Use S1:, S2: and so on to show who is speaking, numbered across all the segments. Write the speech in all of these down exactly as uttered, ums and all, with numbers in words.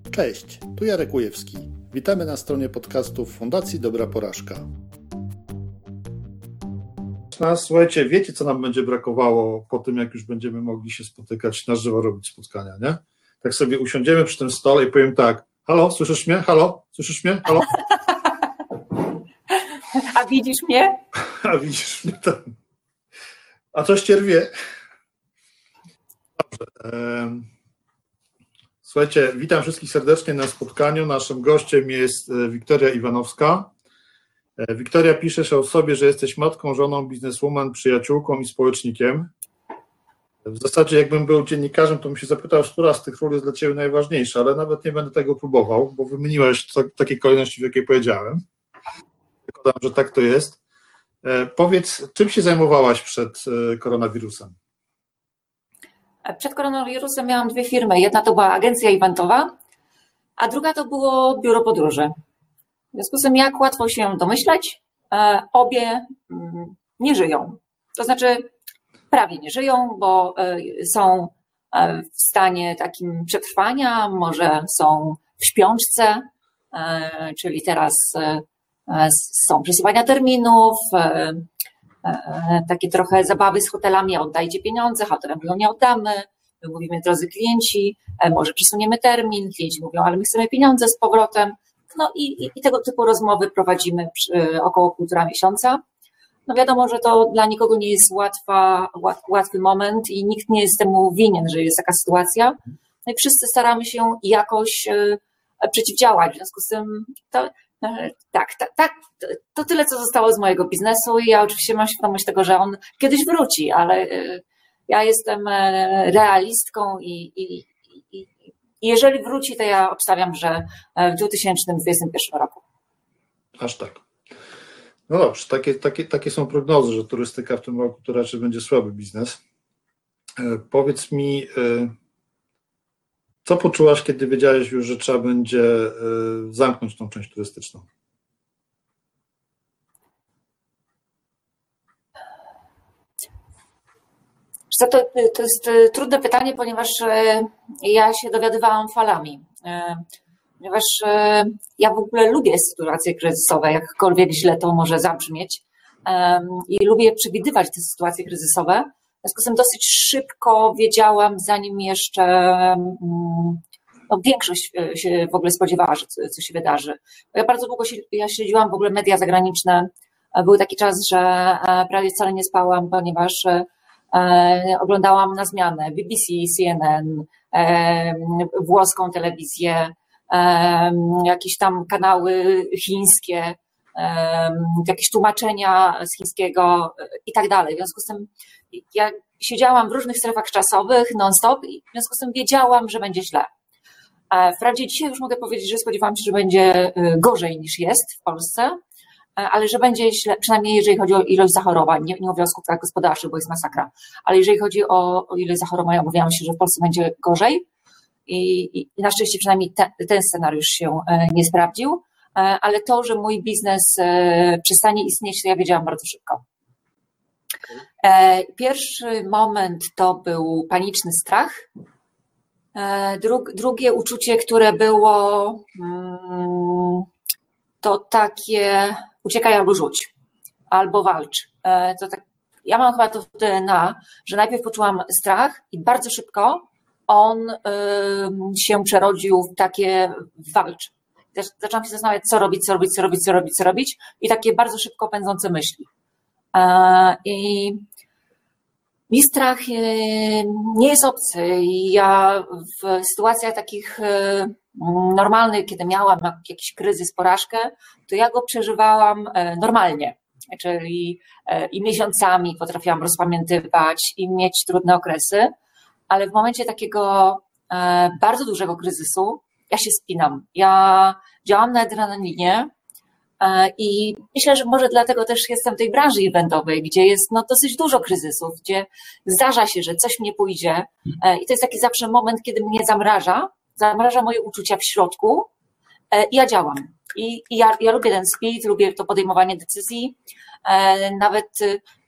S1: Cześć, tu Jarek Ujewski. Witamy na stronie podcastów Fundacji Dobra Porażka. Słuchajcie, wiecie, co nam będzie brakowało po tym, jak już będziemy mogli się spotykać na żywo, robić spotkania, nie? Tak sobie usiądziemy przy tym stole i powiem tak: halo, słyszysz mnie? Halo, słyszysz mnie? Halo?
S2: A widzisz mnie?
S1: A widzisz mnie tam. A coś cię rwie. Dobrze. Słuchajcie, witam wszystkich serdecznie na spotkaniu. Naszym gościem jest Wiktoria Iwanowska. Wiktoria, piszesz o sobie, że jesteś matką, żoną, bizneswoman, przyjaciółką i społecznikiem. W zasadzie jakbym był dziennikarzem, to bym się zapytał, która z tych ról jest dla Ciebie najważniejsza, ale nawet nie będę tego próbował, bo wymieniłaś to, takiej kolejności, w jakiej powiedziałem. Zakładam, że tak to jest. Powiedz, czym się zajmowałaś przed koronawirusem?
S2: Przed koronawirusem miałam dwie firmy. Jedna to była agencja eventowa, a druga to było biuro podróży. W związku z tym, jak łatwo się domyśleć, obie nie żyją. To znaczy prawie nie żyją, bo są w stanie takim przetrwania, może są w śpiączce, czyli teraz są przesuwania terminów, takie trochę zabawy z hotelami: oddajcie pieniądze, hotelem mówią: nie oddamy. My mówimy: drodzy klienci, może przesuniemy termin. Klienci mówią: ale my chcemy pieniądze z powrotem. No i, i tego typu rozmowy prowadzimy przy około półtora miesiąca. No wiadomo, że to dla nikogo nie jest łatwa, łat, łatwy moment i nikt nie jest temu winien, że jest taka sytuacja. No i wszyscy staramy się jakoś przeciwdziałać. W związku z tym to, tak, tak, tak, to tyle, co zostało z mojego biznesu i ja oczywiście mam świadomość tego, że on kiedyś wróci, ale ja jestem realistką i, i, i, i jeżeli wróci, to ja obstawiam, że w dwa tysiące dwudziestym pierwszym roku.
S1: Aż tak. No dobrze, takie, takie, takie są prognozy, że turystyka w tym roku to raczej będzie słaby biznes. Powiedz mi, co poczułaś, kiedy wiedziałeś już, że trzeba będzie zamknąć tą część turystyczną?
S2: To, to jest trudne pytanie, ponieważ ja się dowiadywałam falami. Ponieważ ja w ogóle lubię sytuacje kryzysowe, jakkolwiek źle to może zabrzmieć. I lubię przewidywać te sytuacje kryzysowe. W związku z tym dosyć szybko wiedziałam, zanim jeszcze no, większość się w ogóle spodziewała, że co się wydarzy. Ja bardzo długo się, ja śledziłam w ogóle media zagraniczne. Był taki czas, że prawie wcale nie spałam, ponieważ oglądałam na zmianę B B C, C N N, włoską telewizję, jakieś tam kanały chińskie, jakieś tłumaczenia z chińskiego i tak dalej. W związku z tym ja siedziałam w różnych strefach czasowych non-stop i w związku z tym wiedziałam, że będzie źle. Wprawdzie dzisiaj już mogę powiedzieć, że spodziewałam się, że będzie gorzej niż jest w Polsce, ale że będzie źle, przynajmniej jeżeli chodzi o ilość zachorowań. Nie, nie mówię o skutkach gospodarczych, bo jest masakra, ale jeżeli chodzi o, o ilość zachorowań, obawiałam się, że w Polsce będzie gorzej i, i na szczęście przynajmniej te, ten scenariusz się nie sprawdził, ale to, że mój biznes przestanie istnieć, to ja wiedziałam bardzo szybko. Pierwszy moment to był paniczny strach. Drug, drugie uczucie, które było, to takie: uciekaj albo rzuć, albo walcz. To tak, ja mam chyba to w D N A, że najpierw poczułam strach i bardzo szybko on się przerodził w takie walcz. Zaczęłam się zastanawiać, co robić, co robić, co robić, co robić, co robić i takie bardzo szybko pędzące myśli. I mi strach nie jest obcy. Ja w sytuacjach takich normalnych, kiedy miałam jakiś kryzys, porażkę, to ja go przeżywałam normalnie. Czyli i miesiącami potrafiłam rozpamiętywać i mieć trudne okresy, ale w momencie takiego bardzo dużego kryzysu ja się spinam. Ja działam na adrenalinie i myślę, że może dlatego też jestem w tej branży eventowej, gdzie jest no, dosyć dużo kryzysów, gdzie zdarza się, że coś mnie pójdzie i to jest taki zawsze moment, kiedy mnie zamraża, zamraża moje uczucia w środku i ja działam. I, i ja, ja lubię ten speed, lubię to podejmowanie decyzji. Nawet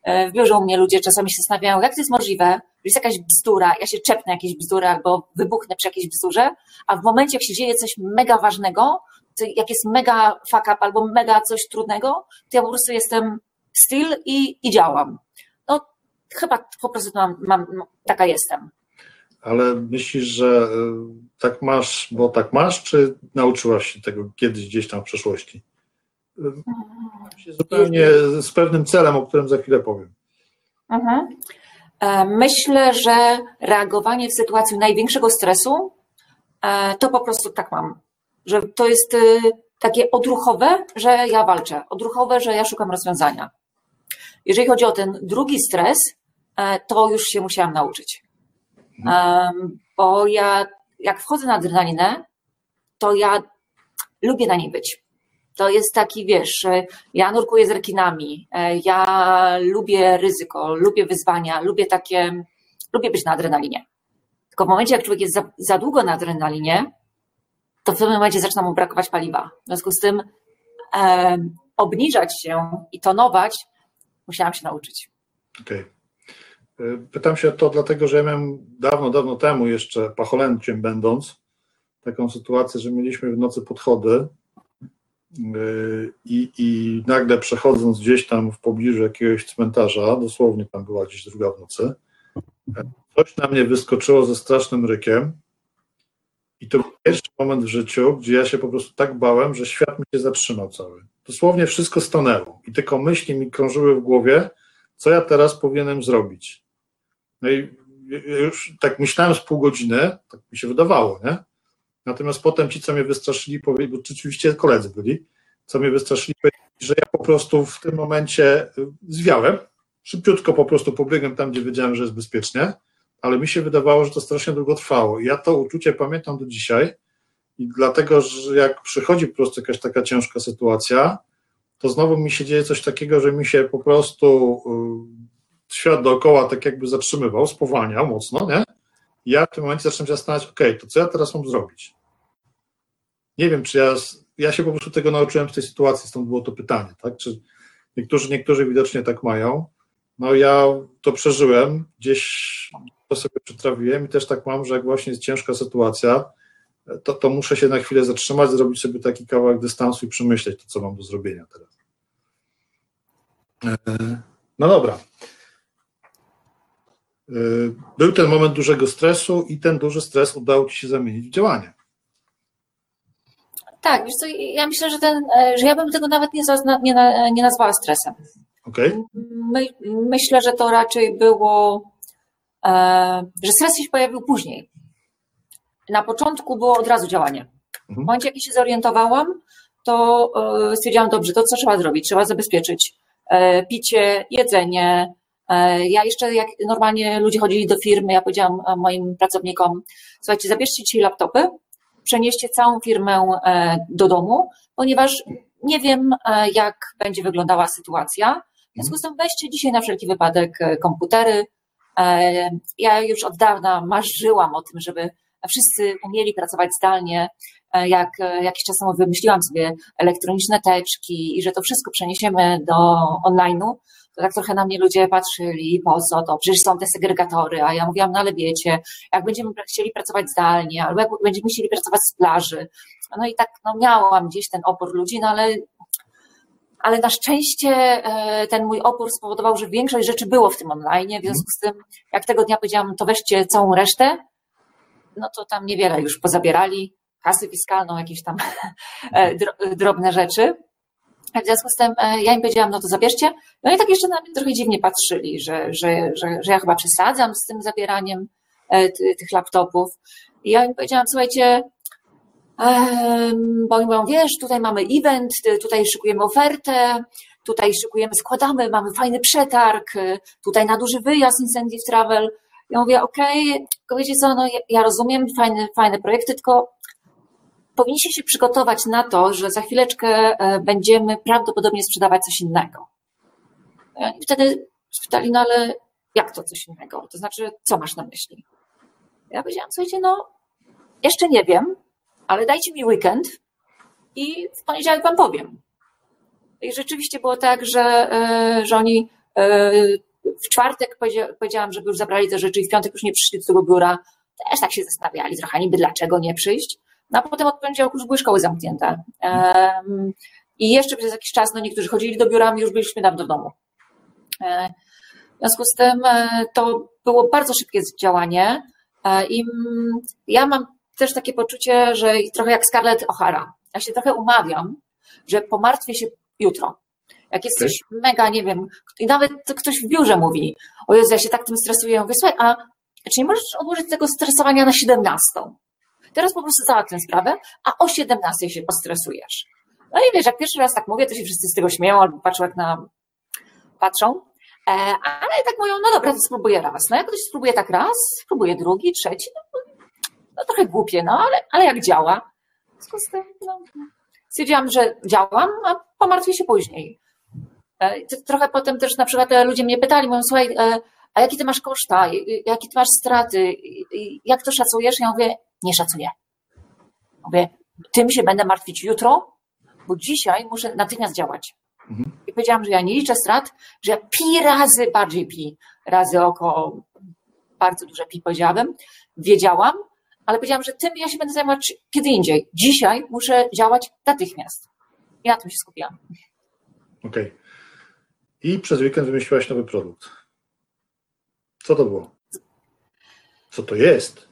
S2: w biurze u mnie ludzie czasami się zastanawiają, jak to jest możliwe, że jest jakaś bzdura, ja się czepnę jakiejś bzdury albo wybuchnę przy jakiejś bzdurze, a w momencie, jak się dzieje coś mega ważnego, to jak jest mega fuck up albo mega coś trudnego, to ja po prostu jestem still i, i działam. No chyba po prostu mam, mam, taka jestem.
S1: Ale myślisz, że tak masz, bo tak masz, czy nauczyłaś się tego kiedyś gdzieś tam w przeszłości? Zupełnie z pewnym celem, o którym za chwilę powiem.
S2: Mhm. Myślę, że reagowanie w sytuacji największego stresu, to po prostu tak mam. Że to jest takie odruchowe, że ja walczę, odruchowe, że ja szukam rozwiązania. Jeżeli chodzi o ten drugi stres, to już się musiałam nauczyć. Hmm. Bo ja, jak wchodzę na adrenalinę, to ja lubię na niej być. To jest taki, wiesz, ja nurkuję z rekinami, ja lubię ryzyko, lubię wyzwania, lubię takie, lubię być na adrenalinie. Tylko w momencie, jak człowiek jest za, za długo na adrenalinie, to w tym momencie zaczyna mu brakować paliwa. W związku z tym e, obniżać się i tonować musiałam się nauczyć.
S1: Okej. Okay. Pytam się to dlatego, że ja miałem dawno, dawno temu jeszcze pacholęciem będąc taką sytuację, że mieliśmy w nocy podchody i, i nagle przechodząc gdzieś tam w pobliżu jakiegoś cmentarza, dosłownie tam była gdzieś druga w nocy, coś na mnie wyskoczyło ze strasznym rykiem i to był pierwszy moment w życiu, gdzie ja się po prostu tak bałem, że świat mi się zatrzymał cały. Dosłownie wszystko stanęło i tylko myśli mi krążyły w głowie, co ja teraz powinienem zrobić. No i już tak myślałem z pół godziny, tak mi się wydawało, nie? Natomiast potem ci, co mnie wystraszyli, bo rzeczywiście koledzy byli, co mnie wystraszyli, że ja po prostu w tym momencie zwiałem, szybciutko po prostu pobiegłem tam, gdzie wiedziałem, że jest bezpiecznie, ale mi się wydawało, że to strasznie długo trwało. I ja to uczucie pamiętam do dzisiaj i dlatego, że jak przychodzi po prostu jakaś taka ciężka sytuacja, to znowu mi się dzieje coś takiego, że mi się po prostu świat dookoła tak jakby zatrzymywał, spowalniał mocno, nie? I ja w tym momencie zacząłem się zastanawiać, okej, to co ja teraz mam zrobić? Nie wiem, czy ja, ja się po prostu tego nauczyłem w tej sytuacji, stąd było to pytanie, tak? Czy niektórzy, niektórzy widocznie tak mają. No ja to przeżyłem, gdzieś to sobie przetrawiłem i też tak mam, że jak właśnie jest ciężka sytuacja, to, to muszę się na chwilę zatrzymać, zrobić sobie taki kawałek dystansu i przemyśleć to, co mam do zrobienia teraz. No dobra. Był ten moment dużego stresu i ten duży stres udało ci się zamienić w działanie.
S2: Tak, wiesz co, ja myślę, że, ten, że ja bym tego nawet nie, zazna, nie, nie nazwała stresem.
S1: Okay.
S2: My, myślę, że to raczej było, że stres się pojawił później. Na początku było od razu działanie. W momencie, jak się zorientowałam, to stwierdziłam, dobrze, to co trzeba zrobić? Trzeba zabezpieczyć picie, jedzenie. Ja jeszcze, jak normalnie ludzie chodzili do firmy, ja powiedziałam moim pracownikom, słuchajcie, zabierzcie dzisiaj laptopy, przenieście całą firmę do domu, ponieważ nie wiem, jak będzie wyglądała sytuacja. W związku z tym weźcie dzisiaj na wszelki wypadek komputery. Ja już od dawna marzyłam o tym, żeby wszyscy umieli pracować zdalnie. Jak jakiś czas temu wymyśliłam sobie elektroniczne teczki i że to wszystko przeniesiemy do online'u, to tak trochę na mnie ludzie patrzyli, po co to, przecież są te segregatory, a ja mówiłam, no ale wiecie, jak będziemy chcieli pracować zdalnie, albo jak będziemy chcieli pracować z plaży, no i tak no miałam gdzieś ten opór ludzi, no ale, ale na szczęście ten mój opór spowodował, że większość rzeczy było w tym online, w związku z tym, jak tego dnia powiedziałam, to weźcie całą resztę, no to tam niewiele już pozabierali, kasę fiskalną, jakieś tam drobne rzeczy. W związku z tym ja im powiedziałam, no to zabierzcie. No i tak jeszcze na mnie trochę dziwnie patrzyli, że, że, że, że ja chyba przesadzam z tym zabieraniem tych laptopów. I ja im powiedziałam, słuchajcie, bo oni mówią, wiesz, tutaj mamy event, tutaj szykujemy ofertę, tutaj szykujemy, składamy, mamy fajny przetarg, tutaj na duży wyjazd Incentive Travel. Ja mówię, okej, okay, tylko wiecie co, no ja rozumiem, fajne, fajne projekty, tylko powinniście się przygotować na to, że za chwileczkę będziemy prawdopodobnie sprzedawać coś innego. I wtedy spytali, no ale jak to coś innego? To znaczy, co masz na myśli? Ja powiedziałam, słuchajcie, no jeszcze nie wiem, ale dajcie mi weekend i w poniedziałek wam powiem. I rzeczywiście było tak, że, że oni W czwartek powiedziałam, żeby już zabrali te rzeczy i w piątek już nie przyszli do tego biura. Też tak się zastanawiali trochę niby, dlaczego nie przyjść. No a potem od poniedziałku już były szkoły zamknięte. I jeszcze przez jakiś czas, no niektórzy chodzili do biura, my już byliśmy dawno w domu. W związku z tym to było bardzo szybkie działanie i ja mam też takie poczucie, że trochę jak Scarlett O'Hara. Ja się trochę umawiam, że pomartwię się jutro. Jak jesteś okay. mega, nie wiem, i nawet ktoś w biurze mówi, o Jezu, ja się tak tym stresuję. Ja mówię, słuchaj, a czy nie możesz odłożyć tego stresowania na siedemnastą? Teraz po prostu załatwię sprawę, a o siedemnastej się postresujesz. No i wiesz, jak pierwszy raz tak mówię, to się wszyscy z tego śmieją albo patrzą jak na... patrzą. E, ale tak mówią, no dobra, to spróbuję raz. No jak ktoś spróbuje tak raz, spróbuję drugi, trzeci, no, no trochę głupie, no ale, ale jak działa? W związku z tym, no, stwierdziłam, że działam, a pomartwię się później. E, trochę potem też na przykład ludzie mnie pytali, mówią, słuchaj, e, a jakie ty masz koszta, jakie ty masz straty, jak to szacujesz? Ja mówię, nie szacuję. Mówię, tym się będę martwić jutro, bo dzisiaj muszę natychmiast działać. Mhm. I powiedziałam, że ja nie liczę strat, że ja pi razy bardziej pi, razy oko, bardzo duże pi powiedziałabym, wiedziałam, ale powiedziałam, że tym ja się będę zajmować kiedy indziej. Dzisiaj muszę działać natychmiast. I na tym się skupiłam.
S1: Okej. Okay. I przez weekend wymyśliłaś nowy produkt. Co to było? Co to jest?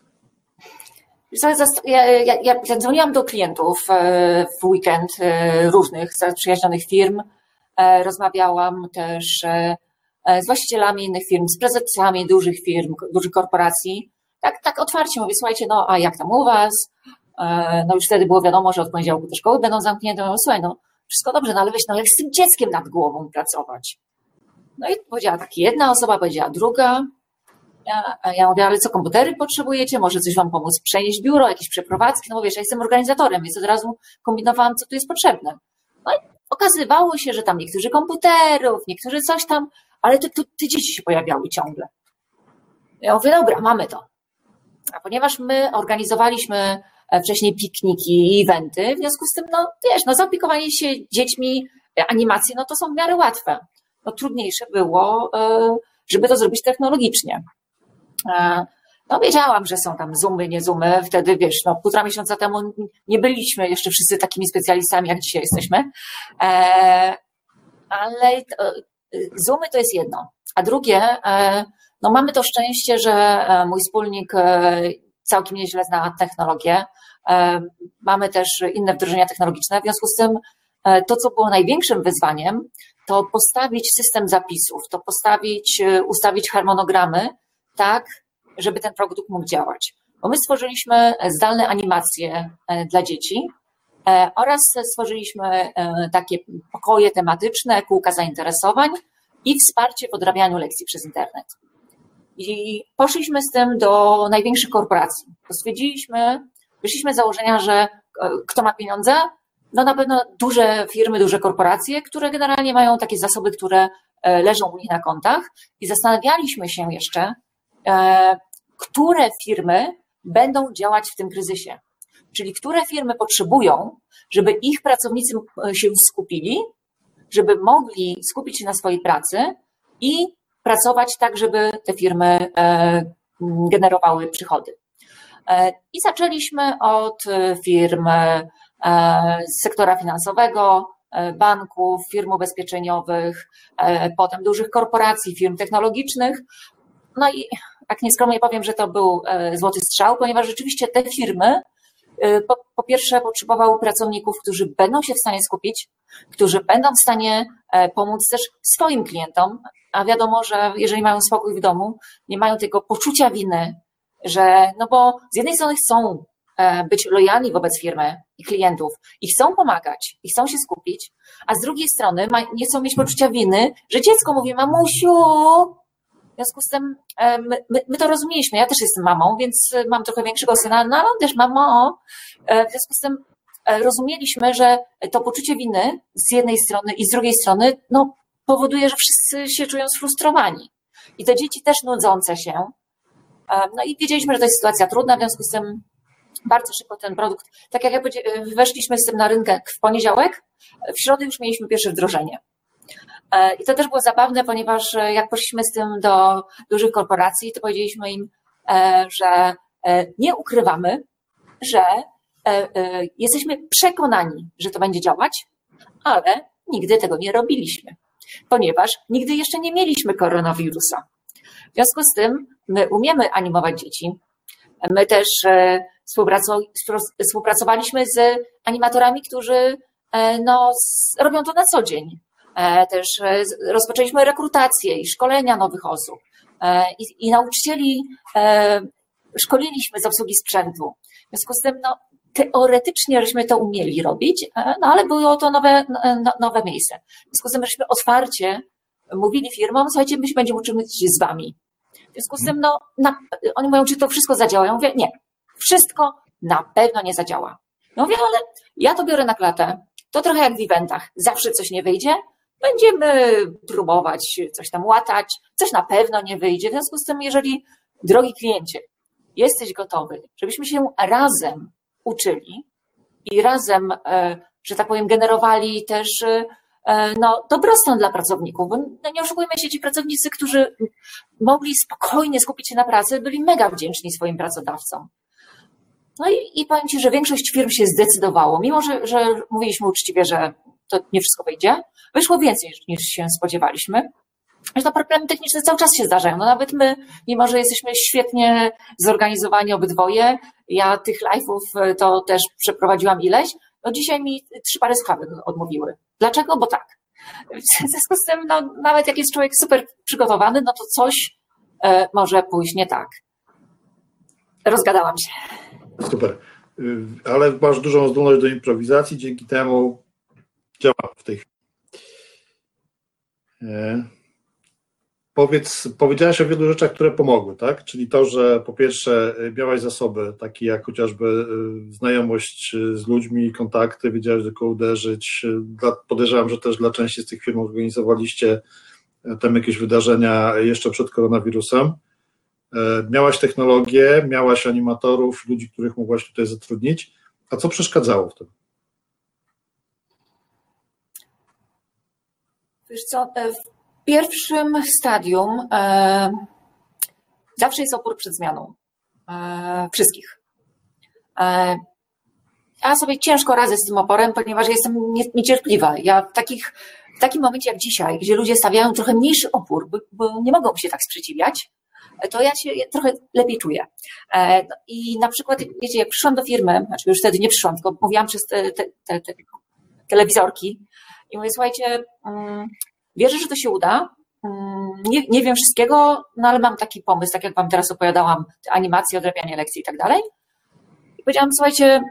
S2: Ja, ja, ja dzwoniłam do klientów w weekend różnych zaprzyjaźnionych firm. Rozmawiałam też z właścicielami innych firm, z prezesami dużych firm, dużych korporacji. Tak, tak otwarcie mówię, słuchajcie, no a jak tam u was? No już wtedy było wiadomo, że od poniedziałku te szkoły będą zamknięte. No słuchaj, no wszystko dobrze, no ale weź, no jak z tym dzieckiem nad głową pracować? No i powiedziała tak jedna osoba, powiedziała druga. Ja, ja mówię, ale co, komputery potrzebujecie? Może coś wam pomóc przenieść biuro, jakieś przeprowadzki? No bo wiesz, ja jestem organizatorem, więc od razu kombinowałam, co tu jest potrzebne. No i okazywało się, że tam niektórzy komputerów, niektórzy coś tam, ale te, te, te dzieci się pojawiały ciągle. Ja mówię, dobra, mamy to. A ponieważ my organizowaliśmy wcześniej pikniki i eventy, w związku z tym, no wiesz, no zaopiekowanie się dziećmi, animacje, no to są w miarę łatwe. No trudniejsze było, żeby to zrobić technologicznie. No wiedziałam, że są tam zoomy, nie zoomy, wtedy wiesz, no półtora miesiąca temu nie byliśmy jeszcze wszyscy takimi specjalistami, jak dzisiaj jesteśmy, ale zoomy to jest jedno, a drugie, no mamy to szczęście, że mój wspólnik całkiem nieźle zna technologię, mamy też inne wdrożenia technologiczne, w związku z tym to, co było największym wyzwaniem, to postawić system zapisów, to postawić, ustawić harmonogramy tak, żeby ten produkt mógł działać. Bo my stworzyliśmy zdalne animacje dla dzieci oraz stworzyliśmy takie pokoje tematyczne, kółka zainteresowań i wsparcie w odrabianiu lekcji przez internet. I poszliśmy z tym do największych korporacji. Stwierdziliśmy, wyszliśmy z założenia, że kto ma pieniądze, no na pewno duże firmy, duże korporacje, które generalnie mają takie zasoby, które leżą u nich na kontach i zastanawialiśmy się jeszcze, które firmy będą działać w tym kryzysie. Czyli które firmy potrzebują, żeby ich pracownicy się skupili, żeby mogli skupić się na swojej pracy i pracować tak, żeby te firmy generowały przychody. I zaczęliśmy od firm z sektora finansowego, banków, firm ubezpieczeniowych, potem dużych korporacji, firm technologicznych. No i tak nieskromnie powiem, że to był złoty strzał, ponieważ rzeczywiście te firmy po, po pierwsze potrzebowały pracowników, którzy będą się w stanie skupić, którzy będą w stanie pomóc też swoim klientom, a wiadomo, że jeżeli mają spokój w domu, nie mają tego poczucia winy, że, no bo z jednej strony chcą być lojalni wobec firmy i klientów i chcą pomagać i chcą się skupić, a z drugiej strony nie chcą mieć poczucia winy, że dziecko mówi, mamusiu, w związku z tym my, my, my to rozumieliśmy, ja też jestem mamą, więc mam trochę większego syna, no ale też mamo, w związku z tym rozumieliśmy, że to poczucie winy z jednej strony i z drugiej strony no, powoduje, że wszyscy się czują sfrustrowani i te dzieci też nudzące się, no i wiedzieliśmy, że to jest sytuacja trudna, w związku z tym bardzo szybko ten produkt, tak jak ja weszliśmy z tym na rynek w poniedziałek, w środę już mieliśmy pierwsze wdrożenie. I to też było zabawne, ponieważ jak poszliśmy z tym do dużych korporacji, to powiedzieliśmy im, że nie ukrywamy, że jesteśmy przekonani, że to będzie działać, ale nigdy tego nie robiliśmy, ponieważ nigdy jeszcze nie mieliśmy koronawirusa. W związku z tym my umiemy animować dzieci. My też współpracowaliśmy z animatorami, którzy no, robią to na co dzień. Też rozpoczęliśmy rekrutację i szkolenia nowych osób i, i nauczycieli szkoliliśmy z obsługi sprzętu. W związku z tym no, teoretycznie żeśmy to umieli robić, no, ale było to nowe, no, nowe miejsce. W związku z tym żeśmy otwarcie mówili firmom, słuchajcie, my się będziemy uczyć z wami. W związku z tym no, na, oni mówią, czy to wszystko zadziała? Ja mówię, nie, wszystko na pewno nie zadziała. Ja mówię, ale ja to biorę na klatę. To trochę jak w eventach. Zawsze coś nie wyjdzie. Będziemy próbować coś tam łatać. Coś na pewno nie wyjdzie. W związku z tym, jeżeli, drogi kliencie, jesteś gotowy, żebyśmy się razem uczyli i razem, że tak powiem, generowali też no, dobrostan dla pracowników. Bo no, nie oszukujmy się, ci pracownicy, którzy mogli spokojnie skupić się na pracy, byli mega wdzięczni swoim pracodawcom. No i, i powiem Ci, że większość firm się zdecydowało, mimo że, że mówiliśmy uczciwie, że to nie wszystko wyjdzie, wyszło więcej niż się spodziewaliśmy. Zresztą problemy techniczne cały czas się zdarzają. No nawet my, mimo że jesteśmy świetnie zorganizowani obydwoje, ja tych live'ów to też przeprowadziłam ileś, no dzisiaj mi trzy pary słuchawek odmówiły. Dlaczego? Bo tak. W związku z tym, no, nawet jak jest człowiek super przygotowany, no to coś e, może pójść nie tak. Rozgadałam się.
S1: Super. Ale masz dużą zdolność do improwizacji, dzięki temu działa w tej chwili. Powiedz, powiedziałaś o wielu rzeczach, które pomogły, tak? Czyli to, że po pierwsze miałaś zasoby, takie jak chociażby znajomość z ludźmi, kontakty, wiedziałaś do kogo uderzyć. Podejrzewam, że też dla części z tych firm organizowaliście tam jakieś wydarzenia jeszcze przed koronawirusem. Miałaś technologię, miałaś animatorów, ludzi, których mogłaś tutaj zatrudnić. A co przeszkadzało w tym?
S2: Wiesz co, w pierwszym stadium e, zawsze jest opór przed zmianą. E, wszystkich. E, ja sobie ciężko radzę z tym oporem, ponieważ jestem nie, niecierpliwa. Ja w, takich, w takim momencie jak dzisiaj, gdzie ludzie stawiają trochę mniejszy opór, bo, bo nie mogą się tak sprzeciwiać, to ja się trochę lepiej czuję. E, I na przykład, wiecie, jak przyszłam do firmy, znaczy już wtedy nie przyszłam, tylko mówiłam przez te, te, te, te telewizorki i mówię, słuchajcie, um, wierzę, że to się uda. Nie, nie wiem wszystkiego, no ale mam taki pomysł, tak jak wam teraz opowiadałam, animacje, odrabianie lekcji i tak dalej. I powiedziałam, słuchajcie,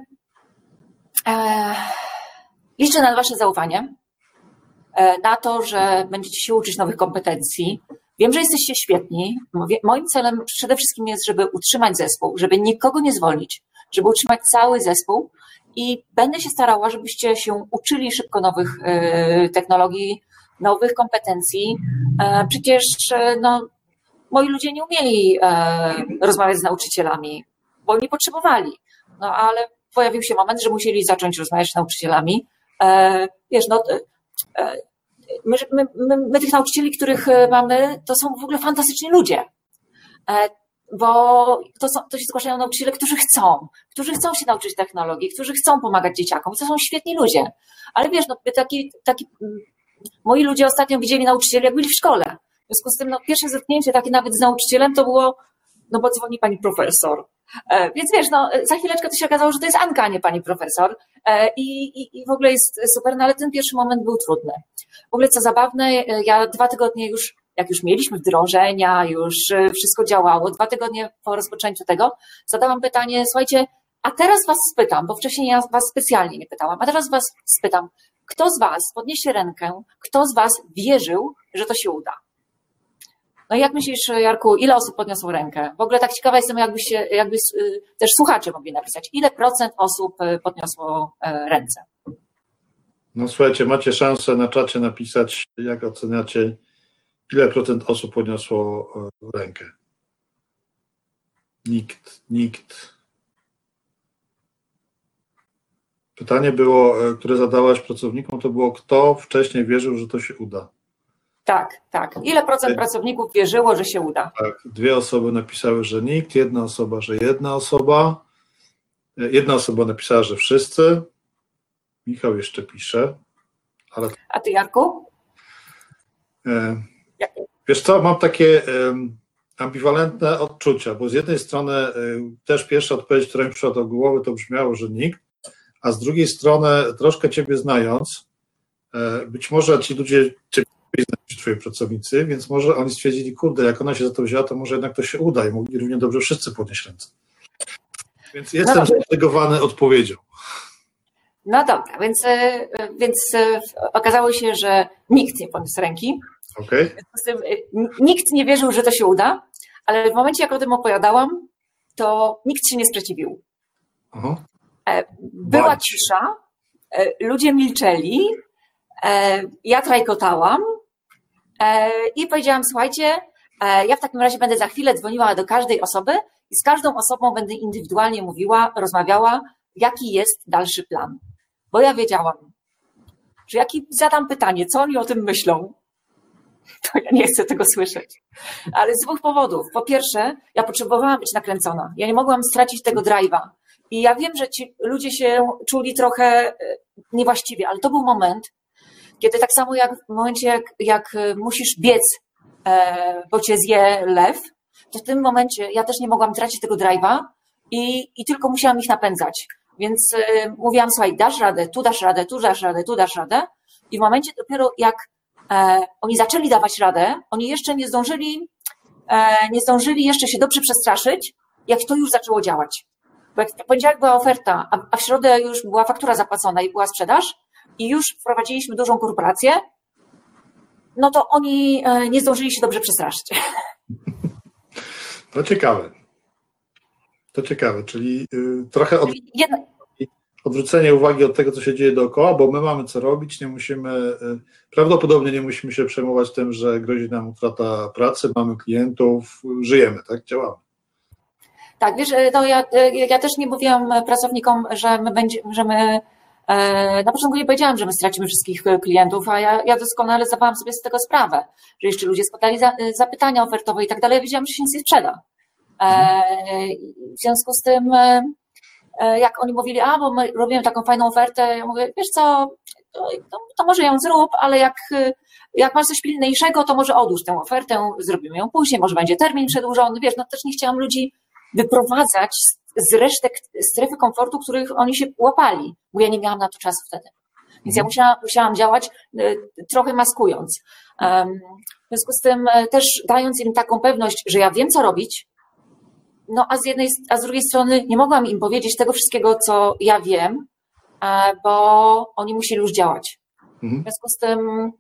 S2: e, liczę na wasze zaufanie, e, na to, że będziecie się uczyć nowych kompetencji. Wiem, że jesteście świetni. Moim celem przede wszystkim jest, żeby utrzymać zespół, żeby nikogo nie zwolnić, żeby utrzymać cały zespół i będę się starała, żebyście się uczyli szybko nowych e, technologii, nowych kompetencji. Przecież no, moi ludzie nie umieli rozmawiać z nauczycielami, bo nie potrzebowali. No ale pojawił się moment, że musieli zacząć rozmawiać z nauczycielami. Wiesz, no, my, my, my, my tych nauczycieli, których mamy, to są w ogóle fantastyczni ludzie. Bo to, są, to się zgłaszają nauczyciele, którzy chcą, którzy chcą się nauczyć technologii, którzy chcą pomagać dzieciakom. To są świetni ludzie. Ale wiesz, no, taki, taki moi ludzie ostatnio widzieli nauczycieli, jak byli w szkole. W związku z tym, no, pierwsze zetknięcie takie nawet z nauczycielem to było, no bo dzwoni pani profesor. E, więc wiesz, no, za chwileczkę to się okazało, że to jest Anka, a nie pani profesor. E, i, i, I w ogóle jest super, no ale ten pierwszy moment był trudny. W ogóle co zabawne, ja dwa tygodnie już, jak już mieliśmy wdrożenia, już wszystko działało, dwa tygodnie po rozpoczęciu tego, zadałam pytanie, słuchajcie, a teraz was spytam, bo wcześniej ja was specjalnie nie pytałam, a teraz was spytam, kto z was, podnieście rękę, kto z was wierzył, że to się uda? No i jak myślisz, Jarku, ile osób podniosło rękę? W ogóle tak ciekawa jestem, jakbyście, jakby też słuchacze mogli napisać, ile procent osób podniosło ręce?
S1: No słuchajcie, macie szansę na czacie napisać, jak oceniacie, ile procent osób podniosło rękę. Nikt, nikt. Pytanie było, które zadałaś pracownikom, to było, kto wcześniej wierzył, że to się uda.
S2: Tak, tak. Ile procent pracowników wierzyło, że się uda?
S1: Tak, dwie osoby napisały, że nikt, jedna osoba, że jedna osoba, jedna osoba napisała, że wszyscy. Michał jeszcze pisze. Ale...
S2: A ty, Jarku?
S1: Wiesz co, mam takie ambiwalentne odczucia, bo z jednej strony też pierwsza odpowiedź, która mi przyszła do głowy, to brzmiało, że nikt, a z drugiej strony troszkę ciebie znając, być może ci ludzie ciebie znają, twoi pracownicy, więc może oni stwierdzili, kurde, jak ona się za to wzięła, to może jednak to się uda i mogli równie dobrze wszyscy podnieść ręce. Więc jestem no zaintrygowany odpowiedzią.
S2: No dobra, więc, więc okazało się, że nikt nie podniósł ręki.
S1: Okay.
S2: Nikt nie wierzył, że to się uda, ale w momencie, jak o tym opowiadałam, to nikt się nie sprzeciwił.
S1: Aha.
S2: Była
S1: Bądź.
S2: cisza, ludzie milczeli, ja trajkotałam i powiedziałam, słuchajcie, ja w takim razie będę za chwilę dzwoniła do każdej osoby i z każdą osobą będę indywidualnie mówiła, rozmawiała, jaki jest dalszy plan. Bo ja wiedziałam, że jak im zadam pytanie, co oni o tym myślą, to ja nie chcę tego słyszeć. Ale z dwóch powodów. Po pierwsze, ja potrzebowałam być nakręcona. Ja nie mogłam stracić tego drive'a. I ja wiem, że ci ludzie się czuli trochę niewłaściwie, ale to był moment, kiedy tak samo jak w momencie, jak, jak musisz biec, bo cię zje lew, to w tym momencie ja też nie mogłam tracić tego drive'a i, i tylko musiałam ich napędzać. Więc y, mówiłam, słuchaj, dasz radę, tu dasz radę, tu dasz radę, tu dasz radę. I w momencie dopiero jak e, oni zaczęli dawać radę, oni jeszcze nie zdążyli, e, nie zdążyli jeszcze się dobrze przestraszyć, jak to już zaczęło działać. Bo jak w poniedziałek była oferta, a, a w środę już była faktura zapłacona i była sprzedaż i już wprowadziliśmy dużą korporację, no to oni e, nie zdążyli się dobrze przestraszyć.
S1: To ciekawe. To ciekawe, czyli y, trochę od...
S2: Jedna...
S1: odwrócenie uwagi od tego, co się dzieje dookoła, bo my mamy co robić, nie musimy, y, prawdopodobnie nie musimy się przejmować tym, że grozi nam utrata pracy, mamy klientów, żyjemy, tak? Działamy.
S2: Tak, wiesz, no ja, ja też nie mówiłam pracownikom, że my będziemy, że my na początku nie powiedziałam, że my stracimy wszystkich klientów, a ja, ja doskonale zdawałam sobie z tego sprawę, że jeszcze ludzie składali za, zapytania ofertowe i tak dalej, ja wiedziałam, że się nic nie sprzeda. W związku z tym, jak oni mówili, a bo my robimy taką fajną ofertę, ja mówię, wiesz co, to, to może ją zrób, ale jak, jak masz coś pilniejszego, to może odłóż tę ofertę, zrobimy ją później, może będzie termin przedłużony, wiesz, no też nie chciałam ludzi wyprowadzać z resztek strefy komfortu, których oni się łapali, bo ja nie miałam na to czasu wtedy. Więc ja musiałam, musiałam działać trochę maskując. W związku z tym też dając im taką pewność, że ja wiem, co robić, no a z jednej, a z drugiej strony nie mogłam im powiedzieć tego wszystkiego, co ja wiem, bo oni musieli już działać. W związku z tym,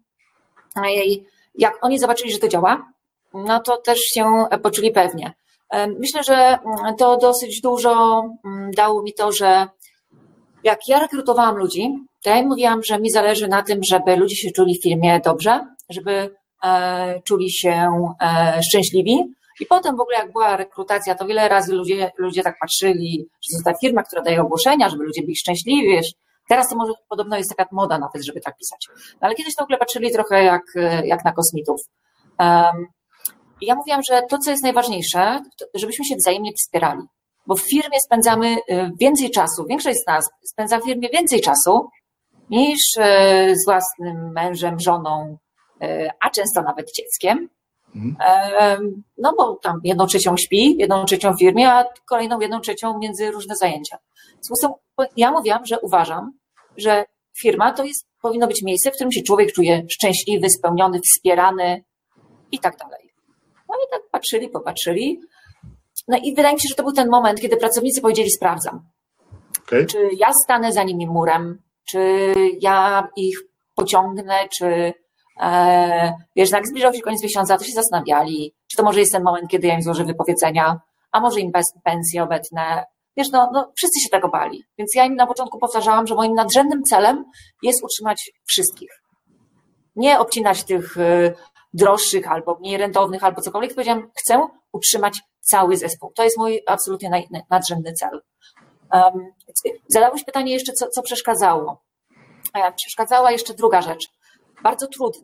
S2: jak oni zobaczyli, że to działa, no to też się poczuli pewnie. Myślę, że to dosyć dużo dało mi to, że jak ja rekrutowałam ludzi, to ja im mówiłam, że mi zależy na tym, żeby ludzie się czuli w firmie dobrze, żeby czuli się szczęśliwi. I potem w ogóle jak była rekrutacja, to wiele razy ludzie, ludzie tak patrzyli, że to ta firma, która daje ogłoszenia, żeby ludzie byli szczęśliwi, wiesz. Teraz to może podobno jest taka moda nawet, żeby tak pisać. No ale kiedyś to w ogóle patrzyli trochę jak, jak na kosmitów. Um, I ja mówiłam, że to, co jest najważniejsze, to żebyśmy się wzajemnie wspierali. Bo w firmie spędzamy więcej czasu, większość z nas spędza w firmie więcej czasu niż z własnym mężem, żoną, a często nawet dzieckiem. Mhm. No bo tam jedną trzecią śpi, jedną trzecią w firmie, a kolejną jedną trzecią między różne zajęcia. W związku z tym ja mówiłam, że uważam, że firma to jest, powinno być miejsce, w którym się człowiek czuje szczęśliwy, spełniony, wspierany i tak dalej. No i tak patrzyli, popatrzyli. No i wydaje mi się, że to był ten moment, kiedy pracownicy powiedzieli, sprawdzam. Okay. Czy ja stanę za nimi murem, czy ja ich pociągnę, czy e, wiesz, jak zbliżał się koniec miesiąca, to się zastanawiali, czy to może jest ten moment, kiedy ja im złożę wypowiedzenia, a może im pensje obetnę. Wiesz, no, no wszyscy się tego bali. Więc ja im na początku powtarzałam, że moim nadrzędnym celem jest utrzymać wszystkich. Nie obcinać tych y, droższych albo mniej rentownych, albo cokolwiek. Powiedziałam, chcę utrzymać cały zespół. To jest mój absolutnie naj, nadrzędny cel. Um, zadałeś pytanie jeszcze, co, co przeszkadzało. E, przeszkadzała jeszcze druga rzecz, bardzo trudna.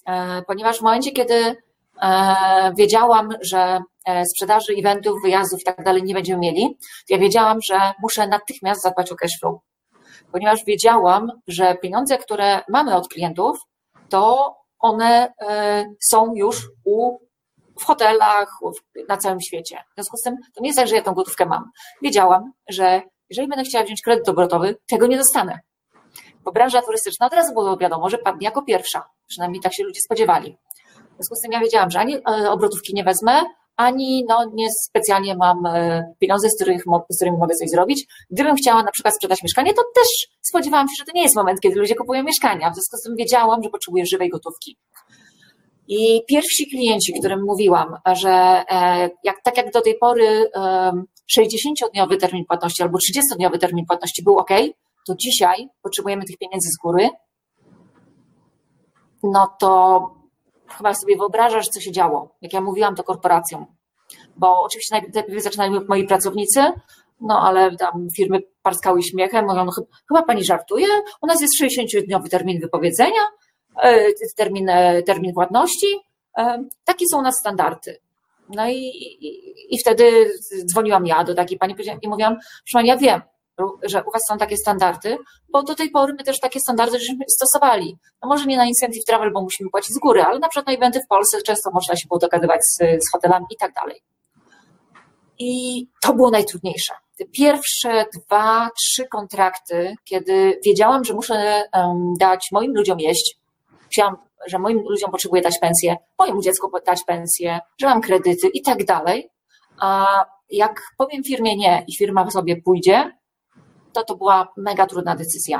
S2: ponieważ w momencie, kiedy wiedziałam, że sprzedaży, eventów, wyjazdów i tak dalej nie będziemy mieli, ja wiedziałam, że muszę natychmiast zadbać o cash flow, ponieważ wiedziałam, że pieniądze, które mamy od klientów, to one są już u, w hotelach, na całym świecie. W związku z tym to nie jest tak, że ja tą gotówkę mam. Wiedziałam, że jeżeli będę chciała wziąć kredyt obrotowy, tego nie dostanę. Bo branża turystyczna od razu było wiadomo, że padnie jako pierwsza. Przynajmniej tak się ludzie spodziewali. W związku z tym ja wiedziałam, że ani obrotówki nie wezmę, ani no, nie specjalnie mam pieniądze, z, których, z którymi mogę coś zrobić. Gdybym chciała na przykład sprzedać mieszkanie, to też spodziewałam się, że to nie jest moment, kiedy ludzie kupują mieszkania. W związku z tym wiedziałam, że potrzebuję żywej gotówki. I pierwsi klienci, którym mówiłam, że jak, tak jak do tej pory sześćdziesięciodniowy termin płatności albo trzydziestodniowy termin płatności był ok, to dzisiaj potrzebujemy tych pieniędzy z góry, no to chyba sobie wyobrażasz, co się działo, jak ja mówiłam to korporacjom, bo oczywiście najpierw zaczynają moi pracownicy, no ale tam firmy parskały śmiechem, mówią, no, chyba pani żartuje, u nas jest sześćdziesięciodniowy termin wypowiedzenia, termin, termin płatności, takie są u nas standardy. No i, i, i wtedy dzwoniłam ja do takiej pani i mówiłam, proszę pani, ja wiem, że u was są takie standardy, bo do tej pory my też takie standardy żeśmy stosowali. No może nie na incentive travel, bo musimy płacić z góry, ale na przykład na eventy w Polsce często można się było dogadywać z, z hotelami i tak dalej. I to było najtrudniejsze. Te pierwsze dwa, trzy kontrakty, kiedy wiedziałam, że muszę um, dać moim ludziom jeść, chciałam, że moim ludziom potrzebuję dać pensję, mojemu dziecku dać pensję, że mam kredyty i tak dalej, a jak powiem firmie nie i firma sobie pójdzie, to to była mega trudna decyzja.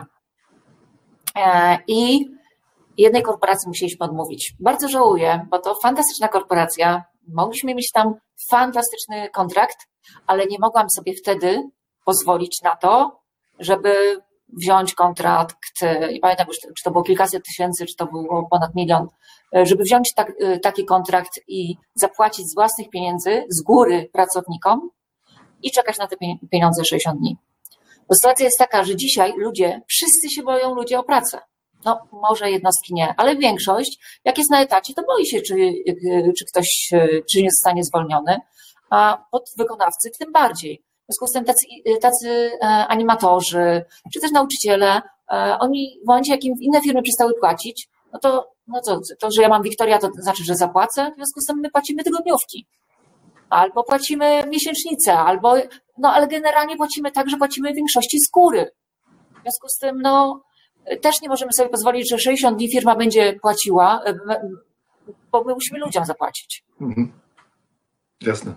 S2: I jednej korporacji musieliśmy odmówić. Bardzo żałuję, bo to fantastyczna korporacja. Mogliśmy mieć tam fantastyczny kontrakt, ale nie mogłam sobie wtedy pozwolić na to, żeby wziąć kontrakt, nie pamiętam już, czy to było kilkaset tysięcy, czy to było ponad milion, żeby wziąć tak, taki kontrakt i zapłacić z własnych pieniędzy z góry pracownikom i czekać na te pieniądze sześćdziesiąt dni. Bo sytuacja jest taka, że dzisiaj ludzie, wszyscy się boją ludzie o pracę. No może jednostki nie, ale większość, jak jest na etacie, to boi się, czy, czy ktoś czy nie zostanie zwolniony, a podwykonawcy tym bardziej. W związku z tym tacy, tacy animatorzy, czy też nauczyciele, oni w momencie, jak im inne firmy przestały płacić, no to, no to, to, że ja mam Wiktoria, to znaczy, że zapłacę, w związku z tym my płacimy tygodniówki. Albo płacimy miesięcznicę, albo, no ale generalnie płacimy tak, że płacimy w większości z góry. W związku z tym, no, też nie możemy sobie pozwolić, że sześćdziesiąt dni firma będzie płaciła, bo my musimy ludziom zapłacić.
S1: Mhm. Jasne.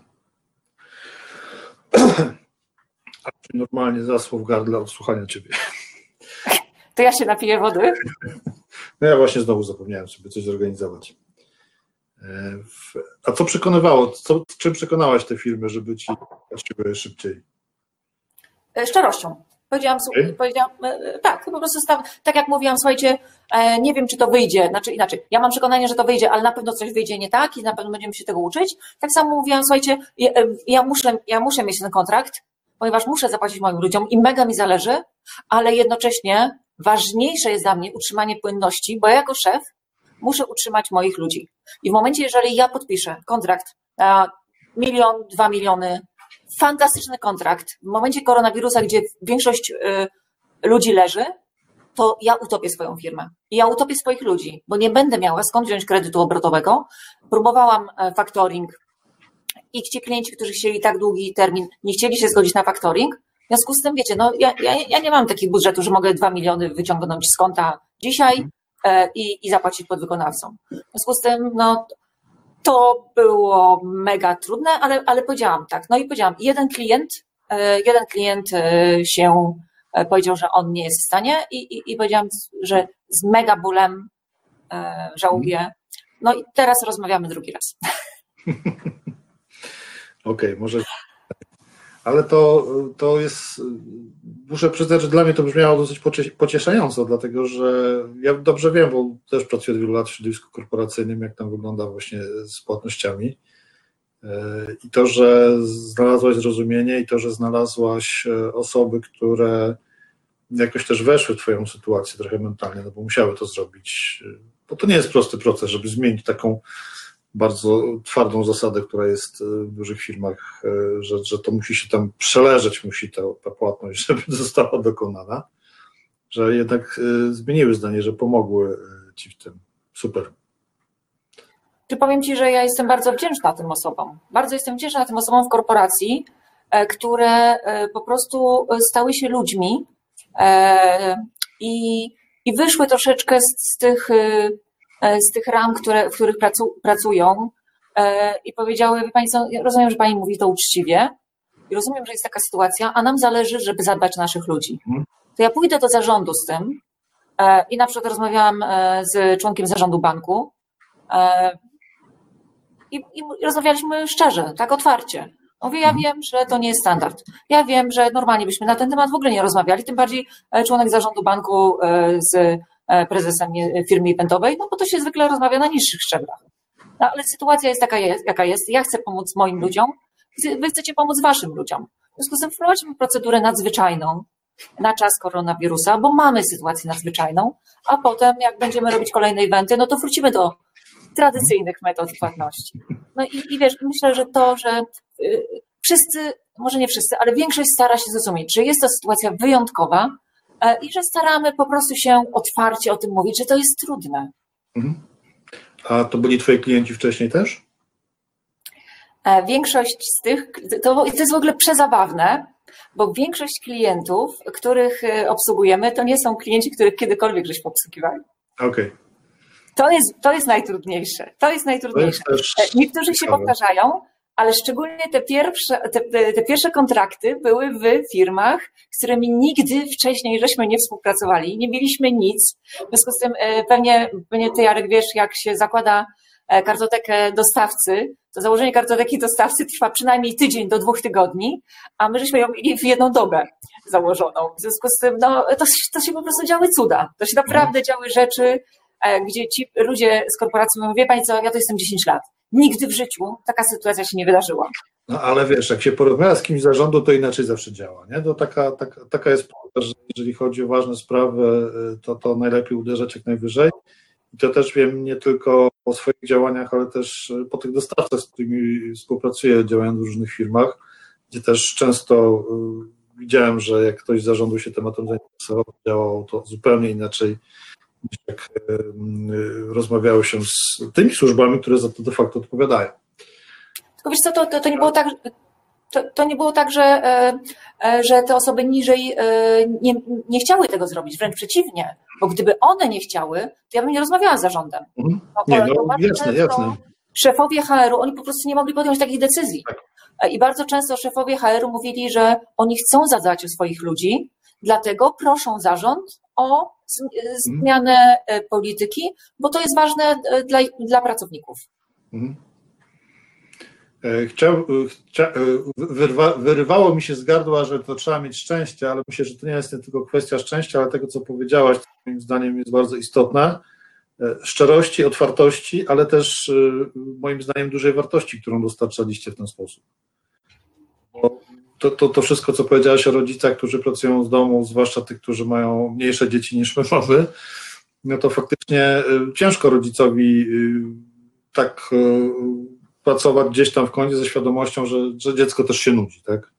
S1: A normalnie zasło w gardle od słuchania ciebie.
S2: To ja się napiję wody.
S1: No ja właśnie znowu zapomniałem sobie coś zorganizować. A co przekonywało, co, czym przekonałaś te firmy, żeby ci płaciły szybciej?
S2: Szczerością. Powiedziałam, okay. powiedziałam tak, po prostu staw, tak jak mówiłam, słuchajcie, nie wiem, czy to wyjdzie, znaczy inaczej, ja mam przekonanie, że to wyjdzie, ale na pewno coś wyjdzie nie tak i na pewno będziemy się tego uczyć. Tak samo mówiłam, słuchajcie, ja, ja, muszę, ja muszę mieć ten kontrakt, ponieważ muszę zapłacić moim ludziom i mega mi zależy, ale jednocześnie ważniejsze jest dla mnie utrzymanie płynności, bo ja jako szef muszę utrzymać moich ludzi. I w momencie, jeżeli ja podpiszę kontrakt na milion, dwa miliony, fantastyczny kontrakt, w momencie koronawirusa, gdzie większość ludzi leży, to ja utopię swoją firmę. I ja utopię swoich ludzi, bo nie będę miała skąd wziąć kredytu obrotowego. Próbowałam factoring i ci klienci, którzy chcieli tak długi termin, nie chcieli się zgodzić na factoring. W związku z tym, wiecie, no ja, ja, ja nie mam takich budżetów, że mogę dwa miliony wyciągnąć z konta dzisiaj i, i zapłacić podwykonawcom. W związku z tym, no to było mega trudne, ale, ale powiedziałam tak. No i powiedziałam, jeden klient, jeden klient się powiedział, że on nie jest w stanie i, i, i powiedziałam, że z mega bólem żałuję. No i teraz rozmawiamy drugi raz.
S1: Okej, okay, może... Ale to, to jest, muszę przyznać, że dla mnie to brzmiało dosyć pocieszająco, dlatego że ja dobrze wiem, bo też pracuję od wielu lat w środowisku korporacyjnym, jak tam wygląda właśnie z płatnościami. I to, że znalazłaś zrozumienie i to, że znalazłaś osoby, które jakoś też weszły w twoją sytuację trochę mentalnie, no bo musiały to zrobić, bo to nie jest prosty proces, żeby zmienić taką bardzo twardą zasadę, która jest w dużych firmach, że, że to musi się tam przeleżeć, musi ta, ta płatność, żeby została dokonana, że jednak zmieniły zdanie, że pomogły ci w tym. Super.
S2: Czy powiem Ci, że ja jestem bardzo wdzięczna tym osobom. Bardzo jestem wdzięczna tym osobom w korporacji, które po prostu stały się ludźmi i, i wyszły troszeczkę z, z, tych, z tych ram, które, w których pracu, pracują i powiedziały: wie Pani co, rozumiem, że Pani mówi to uczciwie i rozumiem, że jest taka sytuacja, a nam zależy, żeby zadbać o naszych ludzi. To ja pójdę do zarządu z tym i na przykład rozmawiałam z członkiem zarządu banku i, i rozmawialiśmy szczerze, tak otwarcie. Mówię, ja wiem, że to nie jest standard. Ja wiem, że normalnie byśmy na ten temat w ogóle nie rozmawiali, tym bardziej członek zarządu banku z prezesem firmy eventowej, no bo to się zwykle rozmawia na niższych szczeblach. No, ale sytuacja jest taka, jest, jaka jest. Ja chcę pomóc moim ludziom, wy chcecie pomóc waszym ludziom. W związku z tym wprowadzimy procedurę nadzwyczajną na czas koronawirusa, bo mamy sytuację nadzwyczajną, a potem jak będziemy robić kolejne eventy, no to wrócimy do tradycyjnych metod płatności. No i, i wiesz, myślę, że to, że y, wszyscy, może nie wszyscy, ale większość stara się zrozumieć, że jest to sytuacja wyjątkowa y, i że staramy po prostu się otwarcie o tym mówić, że to jest trudne.
S1: Mhm. A to byli twoi klienci wcześniej też?
S2: E, większość z tych, to, to jest w ogóle przezabawne, bo większość klientów, których obsługujemy, to nie są klienci, których kiedykolwiek żeśmy obsługiwali.
S1: Okej. Okay.
S2: To jest, to jest najtrudniejsze. To jest najtrudniejsze. To jest Niektórzy się powtarzają, ale szczególnie te pierwsze, te, te pierwsze kontrakty były w firmach, z którymi nigdy wcześniej żeśmy nie współpracowali, nie mieliśmy nic. W związku z tym pewnie, pewnie ty, Jarek, wiesz, jak się zakłada kartotekę dostawcy, to założenie kartoteki dostawcy trwa przynajmniej tydzień do dwóch tygodni, a my żeśmy ją mieli w jedną dobę założoną. W związku z tym no, to, to się po prostu działy cuda. To się naprawdę działy rzeczy, gdzie ci ludzie z korporacji mówią: wie Pani co, ja to jestem dziesięć lat. Nigdy w życiu taka sytuacja się nie wydarzyła.
S1: No ale wiesz, jak się porozmawia z kimś z zarządu, to inaczej zawsze działa, nie? To taka, taka, taka jest prawda, że jeżeli chodzi o ważne sprawy, to, to najlepiej uderzać jak najwyżej. I to też wiem nie tylko o swoich działaniach, ale też po tych dostawcach, z którymi współpracuję, działając w różnych firmach, gdzie też często widziałem, że jak ktoś z zarządu się tematem zainteresował, działało to zupełnie inaczej, niż jak rozmawiało się z tymi służbami, które za to de facto odpowiadają.
S2: Tylko wiesz co, to, to, to nie było tak, to, to nie było tak, że, że te osoby niżej nie, nie chciały tego zrobić, wręcz przeciwnie, bo gdyby one nie chciały, to ja bym nie rozmawiała z zarządem.
S1: Mhm. Nie, no, jasne, jasne.
S2: Szefowie H R u, oni po prostu nie mogli podjąć takich decyzji. I bardzo często szefowie H R u mówili, że oni chcą zadbać o swoich ludzi, dlatego proszą zarząd o zmianę polityki, bo to jest ważne dla, dla pracowników.
S1: Mhm. Chciał, chcia, wyrwa, wyrywało mi się z gardła, że to trzeba mieć szczęście, ale myślę, że to nie jest tylko kwestia szczęścia, ale tego, co powiedziałaś, to moim zdaniem jest bardzo istotne. Szczerości, otwartości, ale też moim zdaniem dużej wartości, którą dostarczaliście w ten sposób. Bo to, to, to wszystko, co powiedziałaś o rodzicach, którzy pracują z domu, zwłaszcza tych, którzy mają mniejsze dzieci niż my mamy, no to faktycznie ciężko rodzicowi tak pracować gdzieś tam w kącie ze świadomością, że, że dziecko też się nudzi, tak?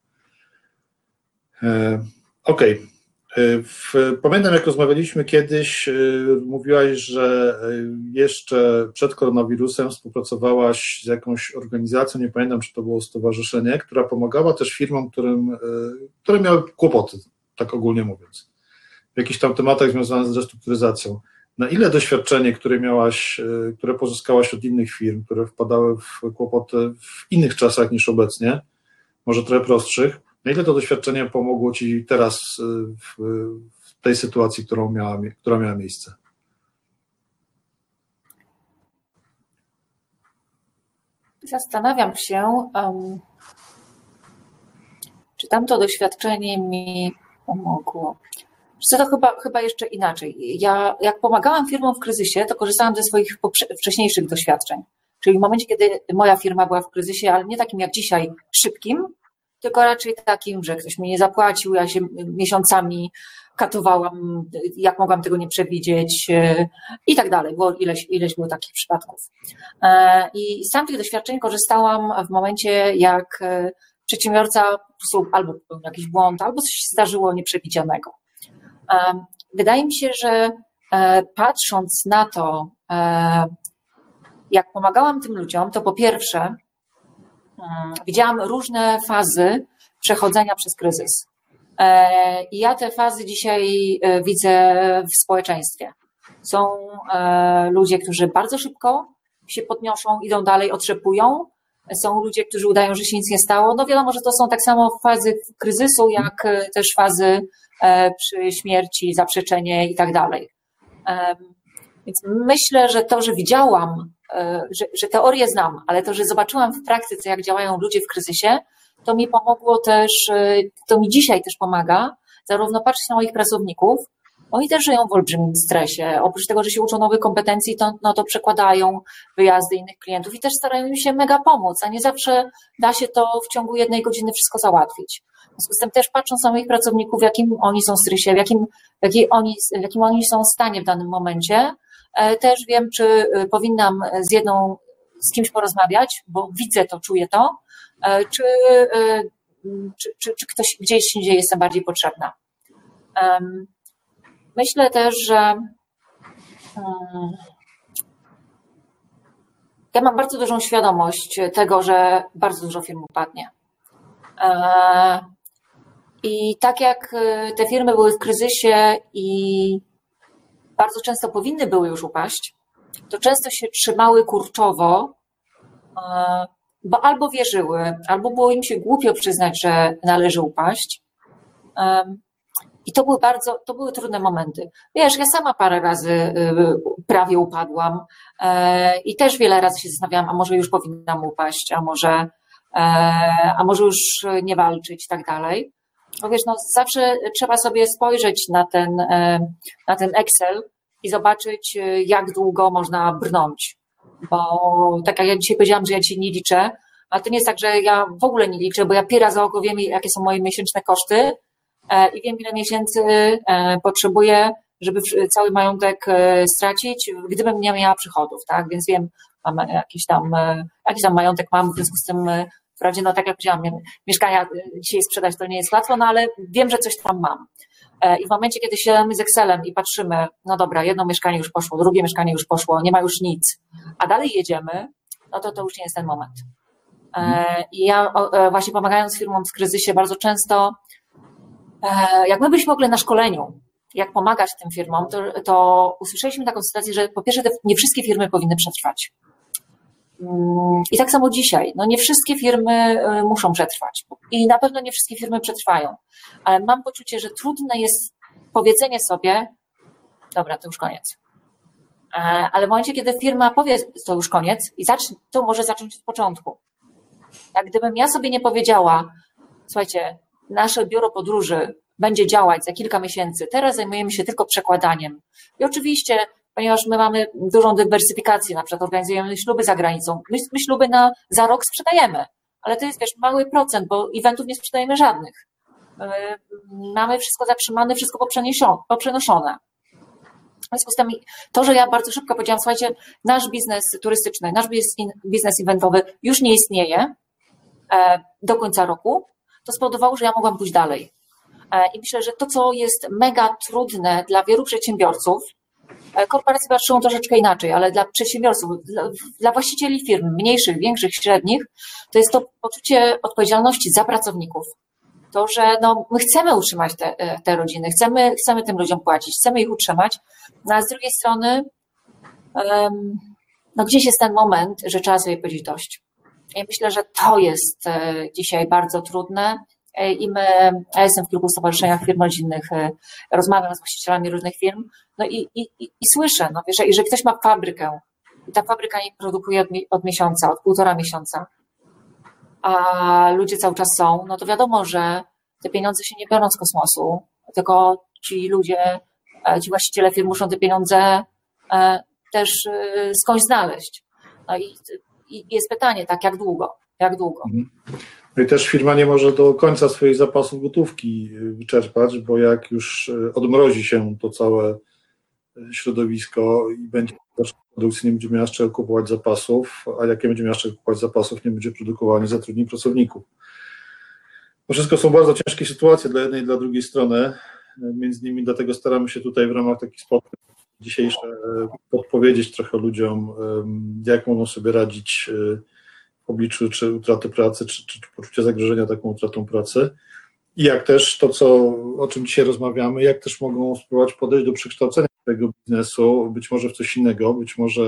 S1: E, Okej. Okay. Pamiętam, jak rozmawialiśmy kiedyś, mówiłaś, że jeszcze przed koronawirusem współpracowałaś z jakąś organizacją, nie pamiętam, czy to było stowarzyszenie, która pomagała też firmom, którym, które miały kłopoty, tak ogólnie mówiąc, w jakichś tam tematach związanych z restrukturyzacją. Na ile doświadczenie, które miałaś, które pozyskałaś od innych firm, które wpadały w kłopoty w innych czasach niż obecnie, może trochę prostszych, na ile to doświadczenie pomogło ci teraz w, w tej sytuacji, którą miała, która miała miejsce?
S2: Zastanawiam się, um, czy tamto doświadczenie mi pomogło. Co to chyba, chyba jeszcze inaczej. Ja jak pomagałam firmom w kryzysie, to korzystałam ze swoich wcześniejszych doświadczeń. Czyli w momencie, kiedy moja firma była w kryzysie, ale nie takim jak dzisiaj, szybkim, tylko raczej takim, że ktoś mi nie zapłacił, ja się miesiącami katowałam, jak mogłam tego nie przewidzieć i tak dalej. Było ileś, ileś było takich przypadków. I z tamtych doświadczeń korzystałam w momencie, jak przedsiębiorca po prostu albo popełnił jakiś błąd, albo coś się zdarzyło nieprzewidzianego. Wydaje mi się, że patrząc na to, jak pomagałam tym ludziom, to po pierwsze widziałam różne fazy przechodzenia przez kryzys. I ja te fazy dzisiaj widzę w społeczeństwie. Są ludzie, którzy bardzo szybko się podnoszą, idą dalej, otrzepują. Są ludzie, którzy udają, że się nic nie stało. No wiadomo, że to są tak samo fazy kryzysu, jak też fazy przy śmierci, zaprzeczenie i tak dalej. Więc myślę, że to, że widziałam, że, że teorię znam, ale to, że zobaczyłam w praktyce, jak działają ludzie w kryzysie, to mi pomogło też, to mi dzisiaj też pomaga, zarówno patrzeć na moich pracowników, oni też żyją w olbrzymim stresie. Oprócz tego, że się uczą nowych kompetencji, to, no to przekładają wyjazdy innych klientów i też starają im się mega pomóc, a nie zawsze da się to w ciągu jednej godziny wszystko załatwić. W związku z tym też patrząc na moich pracowników, w jakim oni są stresie, w jakim, w jakiej oni, w jakim oni są stanie w danym momencie, też wiem, czy powinnam z jedną, z kimś porozmawiać, bo widzę to, czuję to, czy, czy, czy, czy ktoś gdzieś indziej jestem bardziej potrzebna. Myślę też, że ja mam bardzo dużą świadomość tego, że bardzo dużo firm upadnie. I tak jak te firmy były w kryzysie i bardzo często powinny były już upaść, to często się trzymały kurczowo, bo albo wierzyły, albo było im się głupio przyznać, że należy upaść. I to były bardzo, to były trudne momenty. Wiesz, ja sama parę razy prawie upadłam i też wiele razy się zastanawiałam, a może już powinnam upaść, a może, a może już nie walczyć i tak dalej. Bo wiesz, no zawsze trzeba sobie spojrzeć na ten, na ten Excel i zobaczyć, jak długo można brnąć. Bo tak jak ja dzisiaj powiedziałam, że ja dzisiaj nie liczę, ale to nie jest tak, że ja w ogóle nie liczę, bo ja pira za oko wiem, jakie są moje miesięczne koszty i wiem, ile miesięcy potrzebuję, żeby cały majątek stracić, gdybym nie miała przychodów, tak? Więc wiem, mam jakiś tam, jakiś tam majątek mam, w związku z tym, wprawdzie, no tak jak powiedziałam, mieszkania dzisiaj sprzedać to nie jest łatwo, no ale wiem, że coś tam mam. I w momencie, kiedy siadamy z Excelem i patrzymy, no dobra, jedno mieszkanie już poszło, drugie mieszkanie już poszło, nie ma już nic, a dalej jedziemy, no to to już nie jest ten moment. I ja właśnie pomagając firmom w kryzysie bardzo często, jak my byliśmy w ogóle na szkoleniu, jak pomagać tym firmom, to, to usłyszeliśmy taką sytuację, że po pierwsze nie wszystkie firmy powinny przetrwać. I tak samo dzisiaj, no nie wszystkie firmy muszą przetrwać i na pewno nie wszystkie firmy przetrwają, ale mam poczucie, że trudne jest powiedzenie sobie, dobra, to już koniec. Ale w momencie, kiedy firma powie, to już koniec i zacznie, to może zacząć od początku. Jak gdybym ja sobie nie powiedziała, słuchajcie, nasze biuro podróży będzie działać za kilka miesięcy, teraz zajmujemy się tylko przekładaniem. I oczywiście, ponieważ my mamy dużą dywersyfikację, na przykład organizujemy śluby za granicą, my, my śluby na, za rok sprzedajemy, ale to jest, wiesz, mały procent, bo eventów nie sprzedajemy żadnych. Mamy wszystko zatrzymane, wszystko poprzenoszone. W związku z tym to, że ja bardzo szybko powiedziałam, słuchajcie, nasz biznes turystyczny, nasz biznes eventowy już nie istnieje do końca roku, to spowodowało, że ja mogłam pójść dalej. I myślę, że to, co jest mega trudne dla wielu przedsiębiorców, korporacje patrzą troszeczkę inaczej, ale dla przedsiębiorców, dla, dla właścicieli firm, mniejszych, większych, średnich, to jest to poczucie odpowiedzialności za pracowników. To, że no, my chcemy utrzymać te, te rodziny, chcemy, chcemy tym ludziom płacić, chcemy ich utrzymać, no, a z drugiej strony um, no, gdzieś jest ten moment, że trzeba sobie powiedzieć dość. I myślę, że to jest dzisiaj bardzo trudne i my, ja jestem w kilku stowarzyszeniach firm rodzinnych, rozmawiam z właścicielami różnych firm, no i, i, i, i słyszę, no wiesz, jeżeli ktoś ma fabrykę i ta fabryka nie produkuje od, od miesiąca, od półtora miesiąca, a ludzie cały czas są, no to wiadomo, że te pieniądze się nie biorą z kosmosu, tylko ci ludzie, ci właściciele firm muszą te pieniądze też skądś znaleźć. No i, i jest pytanie, tak, jak długo? Jak długo?
S1: No i też firma nie może do końca swoich zapasów gotówki wyczerpać, bo jak już odmrozi się to całe środowisko i będzie produkcji, nie będzie miała z czego kupować zapasów, a jak nie będzie miała z czego kupować zapasów, nie będzie produkowała, nie zatrudni pracowników. To wszystko są bardzo ciężkie sytuacje dla jednej i dla drugiej strony, między innymi dlatego staramy się tutaj w ramach takich spotkań dzisiejszych podpowiedzieć trochę ludziom, jak mogą sobie radzić w obliczu czy utraty pracy, czy, czy, czy poczucia zagrożenia taką utratą pracy. I jak też to, co, o czym dzisiaj rozmawiamy, jak też mogą spróbować podejść do przekształcenia tego biznesu, być może w coś innego, być może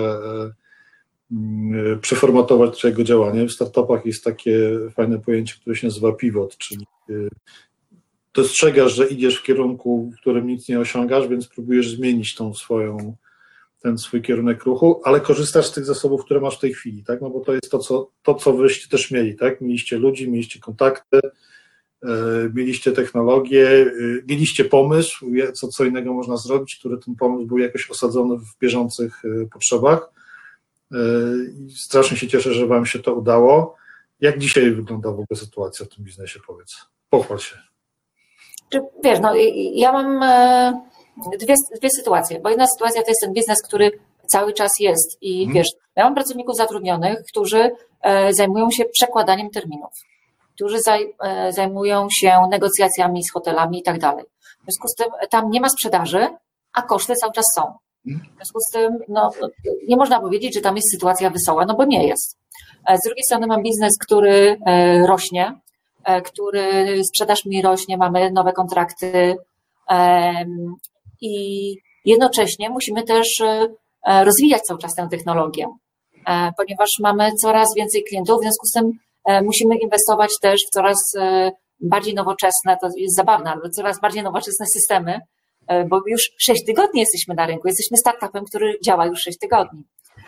S1: e, przeformatować swojego działania. W startupach jest takie fajne pojęcie, które się nazywa pivot, czyli e, dostrzegasz, że idziesz w kierunku, w którym nic nie osiągasz, więc próbujesz zmienić tą swoją, ten swój kierunek ruchu, ale korzystasz z tych zasobów, które masz w tej chwili, tak? No bo to jest to, co, to, co wyście też mieli, tak? Mieliście ludzi, mieliście kontakty, mieliście technologię, mieliście pomysł, co, co innego można zrobić, który ten pomysł był jakoś osadzony w bieżących potrzebach. Strasznie się cieszę, że wam się to udało. Jak dzisiaj wygląda w ogóle sytuacja w tym biznesie, powiedz? Pochwal się.
S2: Wiesz, no ja mam dwie, dwie sytuacje, bo jedna sytuacja to jest ten biznes, który cały czas jest i hmm. wiesz, ja mam pracowników zatrudnionych, którzy zajmują się przekładaniem terminów, którzy zaj, zajmują się negocjacjami z hotelami i tak dalej. W związku z tym tam nie ma sprzedaży, a koszty cały czas są. W związku z tym no, nie można powiedzieć, że tam jest sytuacja wesoła, no bo nie jest. Z drugiej strony mam biznes, który rośnie, który sprzedaż mi rośnie, mamy nowe kontrakty i jednocześnie musimy też rozwijać cały czas tę technologię, ponieważ mamy coraz więcej klientów, w związku z tym musimy inwestować też w coraz bardziej nowoczesne, to jest zabawne, ale coraz bardziej nowoczesne systemy, bo już sześć tygodni jesteśmy na rynku, jesteśmy startupem, który działa już sześć tygodni.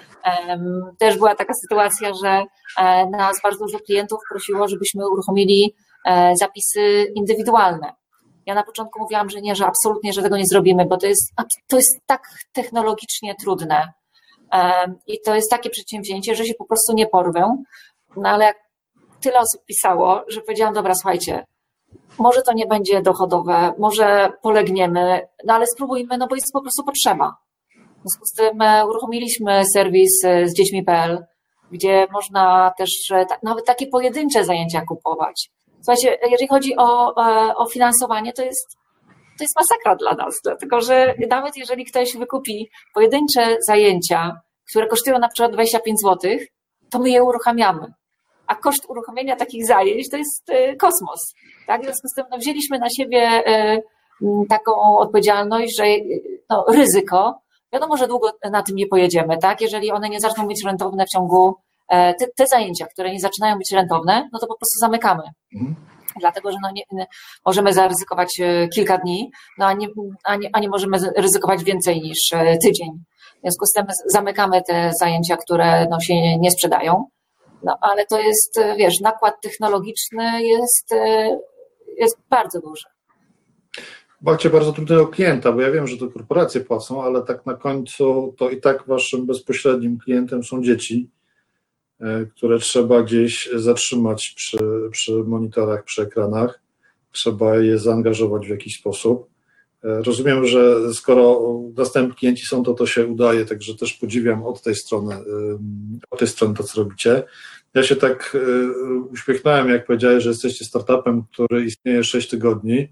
S2: Też była taka sytuacja, że nas bardzo dużo klientów prosiło, żebyśmy uruchomili zapisy indywidualne. Ja na początku mówiłam, że nie, że absolutnie, że tego nie zrobimy, bo to jest, to jest tak technologicznie trudne i to jest takie przedsięwzięcie, że się po prostu nie porwę. No ale jak tyle osób pisało, że powiedziałam, dobra, słuchajcie, może to nie będzie dochodowe, może polegniemy, no ale spróbujmy, no bo jest po prostu potrzeba. W związku z tym uruchomiliśmy serwis z dziećmi kropka pe el, gdzie można też nawet takie pojedyncze zajęcia kupować. Słuchajcie, jeżeli chodzi o, o finansowanie, to jest, to jest masakra dla nas, dlatego że nawet jeżeli ktoś wykupi pojedyncze zajęcia, które kosztują na przykład dwadzieścia pięć złotych, to my je uruchamiamy. A koszt uruchomienia takich zajęć to jest kosmos. Tak? W związku z tym no, wzięliśmy na siebie taką odpowiedzialność, że no, ryzyko, wiadomo, że długo na tym nie pojedziemy, tak? Jeżeli one nie zaczną być rentowne w ciągu, te, te zajęcia, które nie zaczynają być rentowne, no to po prostu zamykamy. Mhm. Dlatego, że no nie, nie, możemy zaryzykować kilka dni, no a nie, a, nie, a nie możemy ryzykować więcej niż tydzień. W związku z tym zamykamy te zajęcia, które no, się nie sprzedają. No, ale to jest, wiesz, nakład technologiczny jest, jest bardzo duży.
S1: Macie bardzo trudnego klienta, bo ja wiem, że to korporacje płacą, ale tak na końcu to i tak waszym bezpośrednim klientem są dzieci, które trzeba gdzieś zatrzymać przy, przy monitorach, przy ekranach. Trzeba je zaangażować w jakiś sposób. Rozumiem, że skoro następni klienci są, to to się udaje, także też podziwiam od tej strony, od tej strony to, co robicie. Ja się tak uśmiechnąłem, jak powiedziałeś, że jesteście startupem, który istnieje sześć tygodni.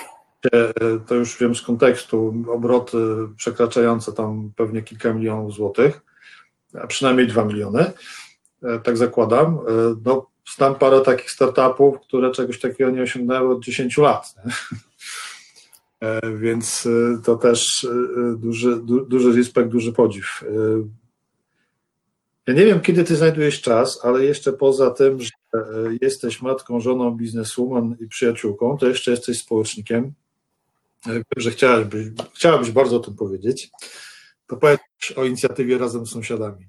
S1: To już wiem z kontekstu, obroty przekraczające tam pewnie kilka milionów złotych, a przynajmniej dwa miliony, tak zakładam. No, znam parę takich startupów, które czegoś takiego nie osiągnęły od dziesięciu lat. Nie? Więc to też duży, du, duży respekt, duży podziw. Ja nie wiem, kiedy ty znajdujesz czas, ale jeszcze poza tym, że jesteś matką, żoną, bizneswoman i przyjaciółką, to jeszcze jesteś społecznikiem. Wiem, że chciałabyś, chciałabyś bardzo o tym powiedzieć. To powiedz o inicjatywie Razem z Sąsiadami.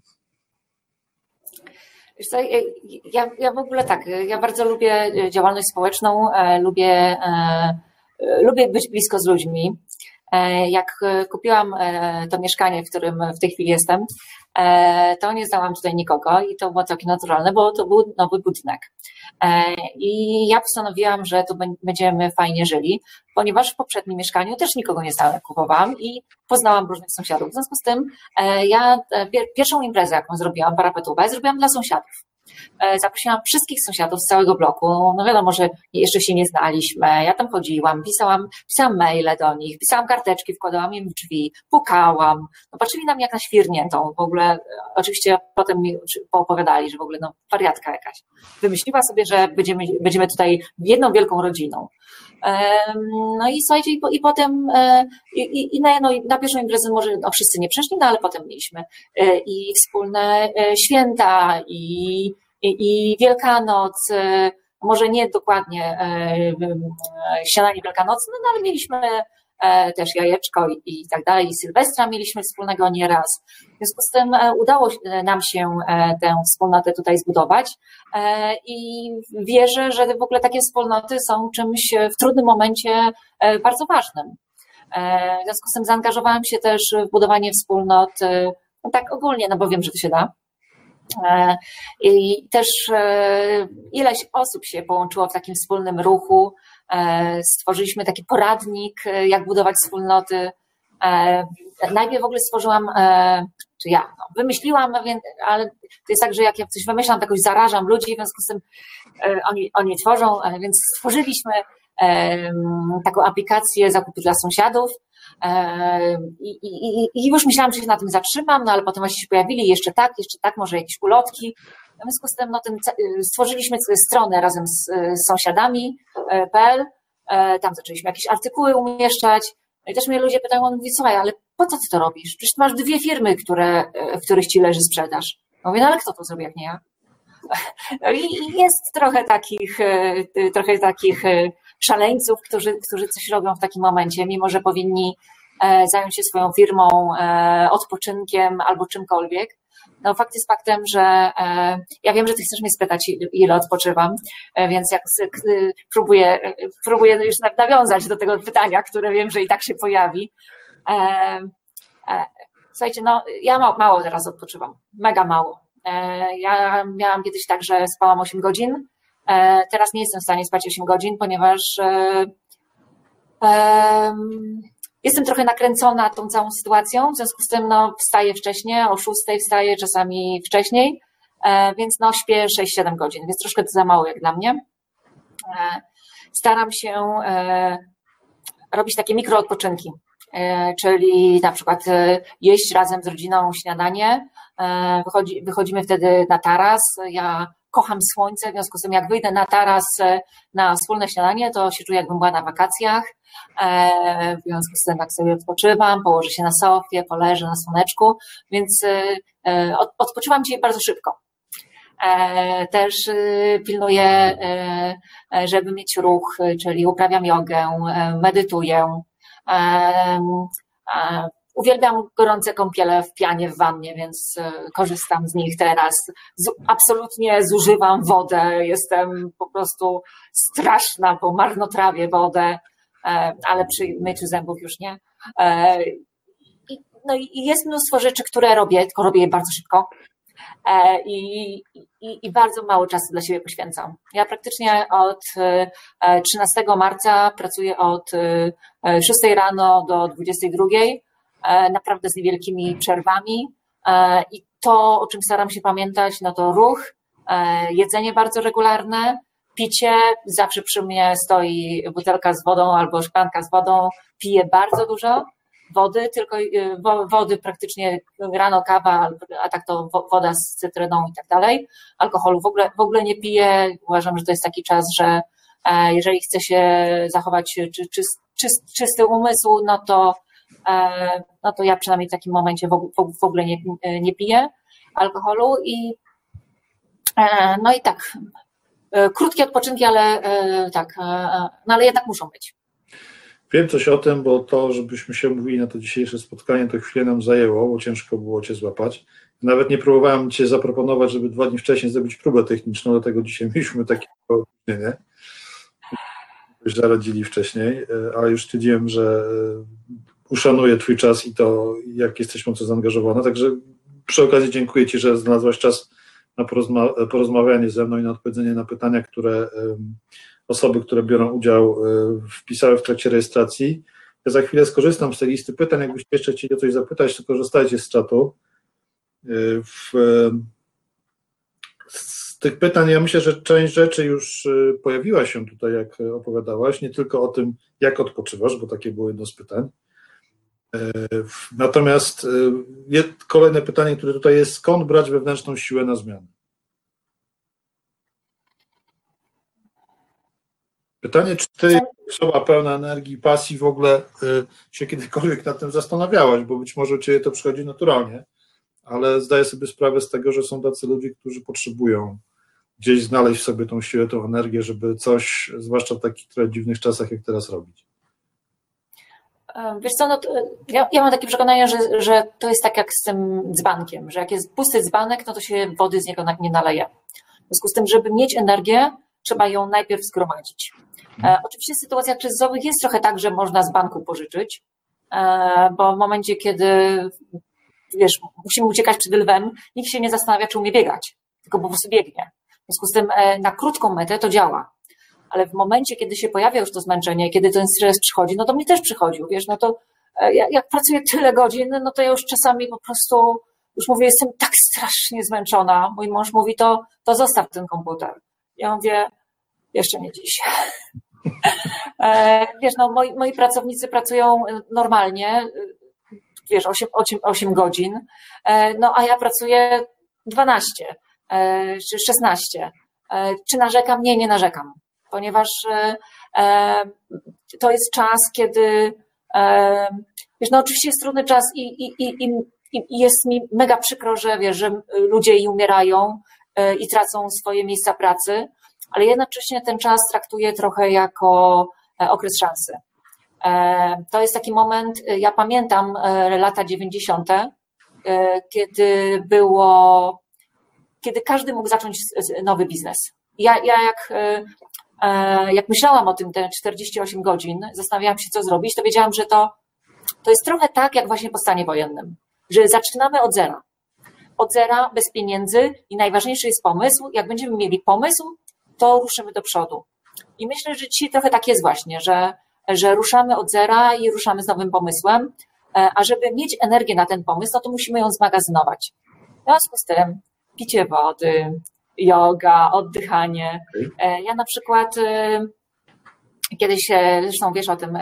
S2: Wiesz co, ja, ja w ogóle tak, ja bardzo lubię działalność społeczną, lubię, lubię być blisko z ludźmi Jak kupiłam to mieszkanie, w którym w tej chwili jestem, to nie znałam tutaj nikogo i to było takie naturalne, bo to był nowy budynek. I ja postanowiłam, że tu będziemy fajnie żyli, ponieważ w poprzednim mieszkaniu też nikogo nie znałam, kupowałam i poznałam różnych sąsiadów. W związku z tym ja pierwszą imprezę, jaką zrobiłam, parapetówę, zrobiłam dla sąsiadów. Zaprosiłam wszystkich sąsiadów z całego bloku. No wiadomo, że jeszcze się nie znaliśmy. Ja tam chodziłam, pisałam, pisałam maile do nich, pisałam karteczki, wkładałam im w drzwi, pukałam. No, patrzyli na mnie jak na świrniętą. W ogóle, oczywiście potem mi poopowiadali, że w ogóle no, wariatka jakaś. Wymyśliła sobie, że będziemy, będziemy tutaj jedną wielką rodziną. No i słuchajcie, i, po, i potem i, i na, no, na pierwszą imprezę może no, wszyscy nie przyszli, no ale potem mieliśmy i wspólne święta, i, i, i Wielkanoc, może nie dokładnie śniadanie wielkanocne, no ale mieliśmy też jajeczko i, i tak dalej, i Sylwestra mieliśmy wspólnego nieraz. W związku z tym udało nam się tę wspólnotę tutaj zbudować i wierzę, że w ogóle takie wspólnoty są czymś w trudnym momencie bardzo ważnym. W związku z tym zaangażowałam się też w budowanie wspólnot, no tak ogólnie, no bo wiem, że to się da. I też ileś osób się połączyło w takim wspólnym ruchu. Stworzyliśmy taki poradnik, jak budować wspólnoty. Najpierw w ogóle stworzyłam, czy ja, no, wymyśliłam, ale to jest tak, że jak ja coś wymyślam, to jakoś zarażam ludzi, w związku z tym oni, oni tworzą, więc stworzyliśmy taką aplikację zakupy dla sąsiadów. I, i, i już myślałam, że się na tym zatrzymam, no ale potem właśnie się pojawili jeszcze tak, jeszcze tak, może jakieś ulotki. W związku z tym no, ten, stworzyliśmy stronę razem z, z sąsiadami kropka pe el, tam zaczęliśmy jakieś artykuły umieszczać. I też mnie ludzie pytają, on mówi, słuchaj, ale po co ty to robisz? Przecież ty masz dwie firmy, które, w których ci leży sprzedaż. Mówię, no ale kto to zrobi, jak nie ja? I jest trochę takich, trochę takich szaleńców, którzy, którzy coś robią w takim momencie, mimo że powinni zająć się swoją firmą, odpoczynkiem albo czymkolwiek. No fakt jest faktem, że ja wiem, że ty chcesz mnie spytać, ile odpoczywam, więc jak próbuję, próbuję już nawiązać do tego pytania, które wiem, że i tak się pojawi. Słuchajcie, no ja mało teraz odpoczywam, mega mało. Ja miałam kiedyś tak, że spałam osiem godzin, teraz nie jestem w stanie spać osiem godzin, ponieważ jestem trochę nakręcona tą całą sytuacją, w związku z tym no, wstaję wcześniej, o szóstej wstaję, czasami wcześniej, więc no, śpię sześć siedem godzin, więc troszkę to za mało jak dla mnie. Staram się robić takie mikroodpoczynki, czyli na przykład jeść razem z rodziną śniadanie, wychodzi, wychodzimy wtedy na taras, ja kocham słońce, w związku z tym jak wyjdę na taras na wspólne śniadanie, to się czuję jakbym była na wakacjach, w związku z tym jak sobie odpoczywam, położę się na sofie, poleżę na słoneczku, więc odpoczywam dzisiaj bardzo szybko. Też pilnuję, żeby mieć ruch, czyli uprawiam jogę, medytuję, uwielbiam gorące kąpiele w pianie w wannie, więc korzystam z nich teraz. Absolutnie zużywam wodę, jestem po prostu straszna, bo marnotrawię wodę, ale przy myciu zębów już nie. No i jest mnóstwo rzeczy, które robię, tylko robię je bardzo szybko. I, i, i bardzo mało czasu dla siebie poświęcam. Ja praktycznie od trzynastego marca pracuję od szóstej rano do dwudziestej drugiej, naprawdę z niewielkimi przerwami i to, o czym staram się pamiętać, no to ruch, jedzenie bardzo regularne, picie, zawsze przy mnie stoi butelka z wodą albo szklanka z wodą, piję bardzo dużo wody, tylko wody praktycznie rano kawa, a tak to woda z cytryną i tak dalej. Alkoholu w ogóle, w ogóle nie piję. Uważam, że to jest taki czas, że jeżeli chce się zachować czy, czy, czy, czysty umysł, no to, no to ja przynajmniej w takim momencie w ogóle nie, nie piję alkoholu i no i tak, krótkie odpoczynki, ale tak, no ale jednak muszą być.
S1: Wiem coś o tym, bo to, żebyśmy się umówili na to dzisiejsze spotkanie, to chwilę nam zajęło, bo ciężko było Cię złapać. Nawet nie próbowałem Cię zaproponować, żeby dwa dni wcześniej zrobić próbę techniczną, dlatego dzisiaj mieliśmy takie opóźnienie. Już zaradzili wcześniej, ale już stwierdziłem, że uszanuję Twój czas i to, jak jesteś mocno zaangażowana. Także przy okazji dziękuję Ci, że znalazłaś czas na porozma- porozmawianie ze mną i na odpowiedzenie na pytania, które osoby, które biorą udział, wpisały w trakcie rejestracji. Ja za chwilę skorzystam z tej listy pytań. Jakbyście jeszcze chcieli o coś zapytać, to korzystajcie z czatu. W, z tych pytań ja myślę, że część rzeczy już pojawiła się tutaj, jak opowiadałaś, nie tylko o tym, jak odpoczywasz, bo takie było jedno z pytań. Natomiast kolejne pytanie, które tutaj jest, skąd brać wewnętrzną siłę na zmianę? Pytanie, czy ty, osoba pełna energii, pasji, w ogóle się kiedykolwiek nad tym zastanawiałaś, bo być może u ciebie to przychodzi naturalnie, ale zdaję sobie sprawę z tego, że są tacy ludzie, którzy potrzebują gdzieś znaleźć w sobie tą siłę, tą energię, żeby coś, zwłaszcza w takich trochę dziwnych czasach, jak teraz robić.
S2: Wiesz co, no ja, ja mam takie przekonanie, że, że to jest tak jak z tym dzbankiem, że jak jest pusty dzbanek, no to się wody z niego nie naleje. W związku z tym, żeby mieć energię, trzeba ją najpierw zgromadzić. E, oczywiście w sytuacjach kryzysowych jest trochę tak, że można z banku pożyczyć, e, bo w momencie, kiedy wiesz, musimy uciekać przed lwem, nikt się nie zastanawia, czy umie biegać, tylko po prostu biegnie. W związku z tym e, na krótką metę to działa. Ale w momencie, kiedy się pojawia już to zmęczenie, kiedy ten stres przychodzi, no to mnie też przychodził, wiesz, no to jak, jak pracuję tyle godzin, no to ja już czasami po prostu, już mówię, jestem tak strasznie zmęczona. Mój mąż mówi, to, to zostaw ten komputer. Ja mówię, jeszcze nie dziś. Wiesz, no moi, moi pracownicy pracują normalnie, wiesz, osiem godzin, no a ja pracuję dwanaście czy szesnaście. Czy narzekam? Nie, nie narzekam. Ponieważ e, to jest czas, kiedy, e, wiesz, no oczywiście jest trudny czas i, i, i, i jest mi mega przykro, że, wiesz, że ludzie i umierają e, i tracą swoje miejsca pracy, ale jednocześnie ten czas traktuję trochę jako okres szansy. E, to jest taki moment, ja pamiętam e, lata dziewięćdziesiąte, e, kiedy było, kiedy każdy mógł zacząć nowy biznes. Ja, ja jak Jak myślałam o tym te czterdzieści osiem godzin, zastanawiałam się, co zrobić, to wiedziałam, że to, to jest trochę tak, jak właśnie po stanie wojennym, że zaczynamy od zera. Od zera, bez pieniędzy i najważniejszy jest pomysł. Jak będziemy mieli pomysł, to ruszymy do przodu. I myślę, że dzisiaj trochę tak jest właśnie, że, że ruszamy od zera i ruszamy z nowym pomysłem, a żeby mieć energię na ten pomysł, no to musimy ją zmagazynować. W związku z tym picie wody, yoga, oddychanie. Ja na przykład kiedyś, zresztą wiesz o tym,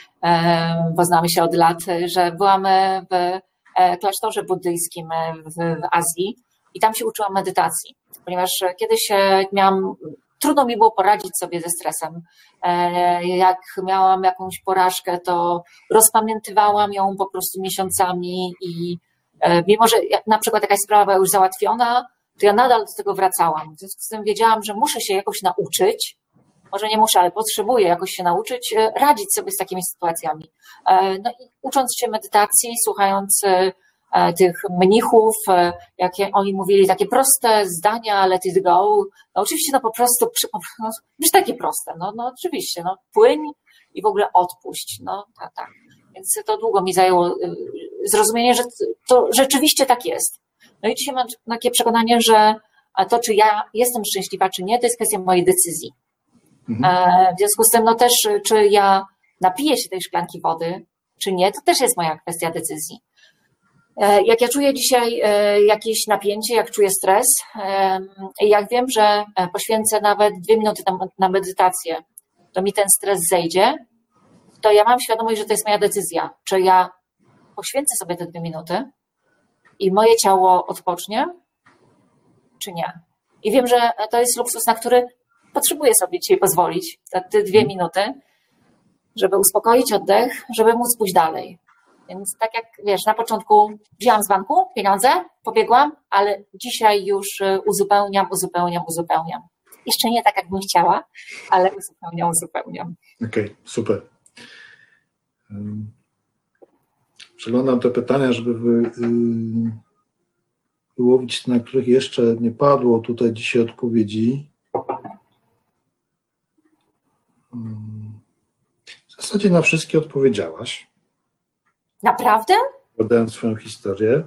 S2: bo znamy się od lat, że byłam w klasztorze buddyjskim w Azji i tam się uczyłam medytacji, ponieważ kiedyś miałam, trudno mi było poradzić sobie ze stresem. Jak miałam jakąś porażkę, to rozpamiętywałam ją po prostu miesiącami i mimo, że na przykład jakaś sprawa była już załatwiona, to ja nadal do tego wracałam. W związku z tym wiedziałam, że muszę się jakoś nauczyć, może nie muszę, ale potrzebuję jakoś się nauczyć radzić sobie z takimi sytuacjami. No i ucząc się medytacji, słuchając tych mnichów, jakie oni mówili, takie proste zdania, let it go, no oczywiście no po prostu, no, już takie proste, no, no oczywiście, no płyń i w ogóle odpuść, no tak, tak. Więc to długo mi zajęło zrozumienie, że to rzeczywiście tak jest. No i dzisiaj mam takie przekonanie, że to, czy ja jestem szczęśliwa, czy nie, to jest kwestia mojej decyzji. Mhm. W związku z tym, no też, czy ja napiję się tej szklanki wody, czy nie, to też jest moja kwestia decyzji. Jak ja czuję dzisiaj jakieś napięcie, jak czuję stres, jak wiem, że poświęcę nawet dwie minuty na medytację, to mi ten stres zejdzie, to ja mam świadomość, że to jest moja decyzja. Czy ja poświęcę sobie te dwie minuty i moje ciało odpocznie, czy nie. I wiem, że to jest luksus, na który potrzebuję sobie dzisiaj pozwolić, te dwie minuty, żeby uspokoić oddech, żeby móc pójść dalej. Więc tak jak wiesz, na początku wzięłam z banku pieniądze, pobiegłam, ale dzisiaj już uzupełniam, uzupełniam, uzupełniam. Jeszcze nie tak, jakbym chciała, ale uzupełniam, uzupełniam.
S1: Okej, okay, super. Przeglądam te pytania, żeby wy, wyłowić te, na których jeszcze nie padło tutaj dzisiaj odpowiedzi. W zasadzie na wszystkie odpowiedziałaś.
S2: Naprawdę?
S1: Badając swoją historię.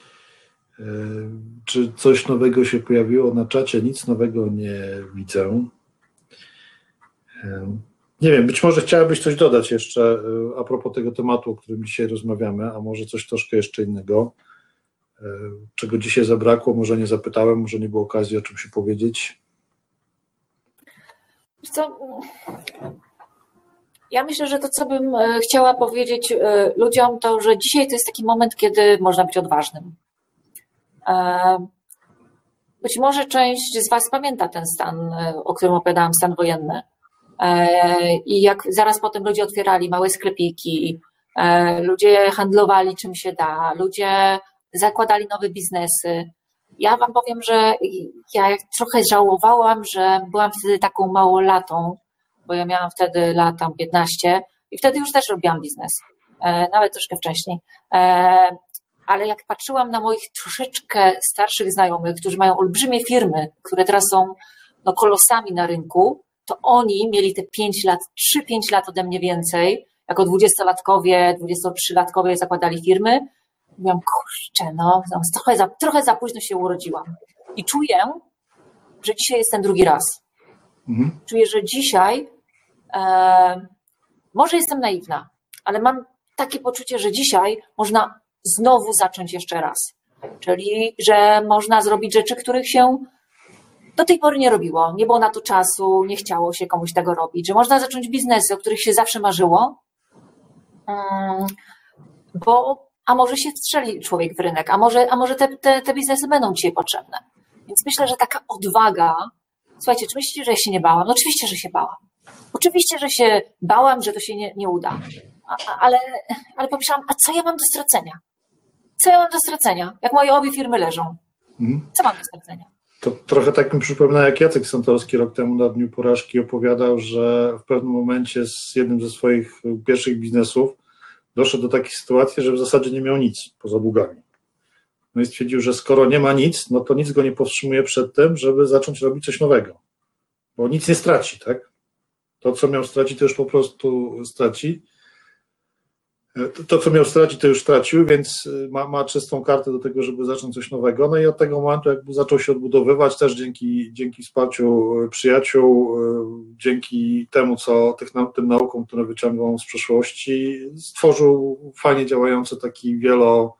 S1: Czy coś nowego się pojawiło na czacie? Nic nowego nie widzę. Nie wiem, być może chciałabyś coś dodać jeszcze a propos tego tematu, o którym dzisiaj rozmawiamy, a może coś troszkę jeszcze innego, czego dzisiaj zabrakło, może nie zapytałem, może nie było okazji o czym się powiedzieć.
S2: Co? Ja myślę, że to, co bym chciała powiedzieć ludziom, to, że dzisiaj to jest taki moment, kiedy można być odważnym. Być może część z Was pamięta ten stan, o którym opowiadałam, stan wojenny. I jak zaraz potem ludzie otwierali małe sklepiki, ludzie handlowali czym się da, ludzie zakładali nowe biznesy. Ja Wam powiem, że ja trochę żałowałam, że byłam wtedy taką małolatą, bo ja miałam wtedy lat tam piętnaście i wtedy już też robiłam biznes, nawet troszkę wcześniej. Ale jak patrzyłam na moich troszeczkę starszych znajomych, którzy mają olbrzymie firmy, które teraz są no, kolosami na rynku, to oni mieli te pięć lat, trzy pięć lat ode mnie więcej, jako dwudziestolatkowie, dwudziestotrzylatkowie zakładali firmy. Mówiłam, kurczę, no, trochę za, trochę za późno się urodziłam. I czuję, że dzisiaj jest ten drugi raz. Mhm. Czuję, że dzisiaj, e, może jestem naiwna, ale mam takie poczucie, że dzisiaj można znowu zacząć jeszcze raz. Czyli, że można zrobić rzeczy, których się do tej pory nie robiło. Nie było na to czasu, nie chciało się komuś tego robić. Że można zacząć biznesy, o których się zawsze marzyło, bo a może się strzeli człowiek w rynek, a może, a może te, te, te biznesy będą dzisiaj potrzebne. Więc myślę, że taka odwaga. Słuchajcie, czy myślicie, że ja się nie bałam? No oczywiście, że się bałam. Oczywiście, że się bałam, że to się nie, nie uda. A, ale, ale pomyślałam, a co ja mam do stracenia? Co ja mam do stracenia? Jak moje obie firmy leżą. Mhm. Co mam do stracenia?
S1: To trochę tak mi przypomina, jak Jacek Santorski rok temu na Dniu Porażki opowiadał, że w pewnym momencie z jednym ze swoich pierwszych biznesów doszedł do takiej sytuacji, że w zasadzie nie miał nic poza długami. No i stwierdził, że skoro nie ma nic, no to nic go nie powstrzymuje przed tym, żeby zacząć robić coś nowego. Bo nic nie straci, tak? To, co miał stracić, to już po prostu straci. To, co miał stracić, to już stracił, więc ma, ma czystą kartę do tego, żeby zacząć coś nowego. No i od tego momentu, jakby zaczął się odbudowywać, też dzięki, dzięki wsparciu przyjaciół, dzięki temu, co tych, tym naukom, które wyciągał z przeszłości, stworzył fajnie działający taki wielo,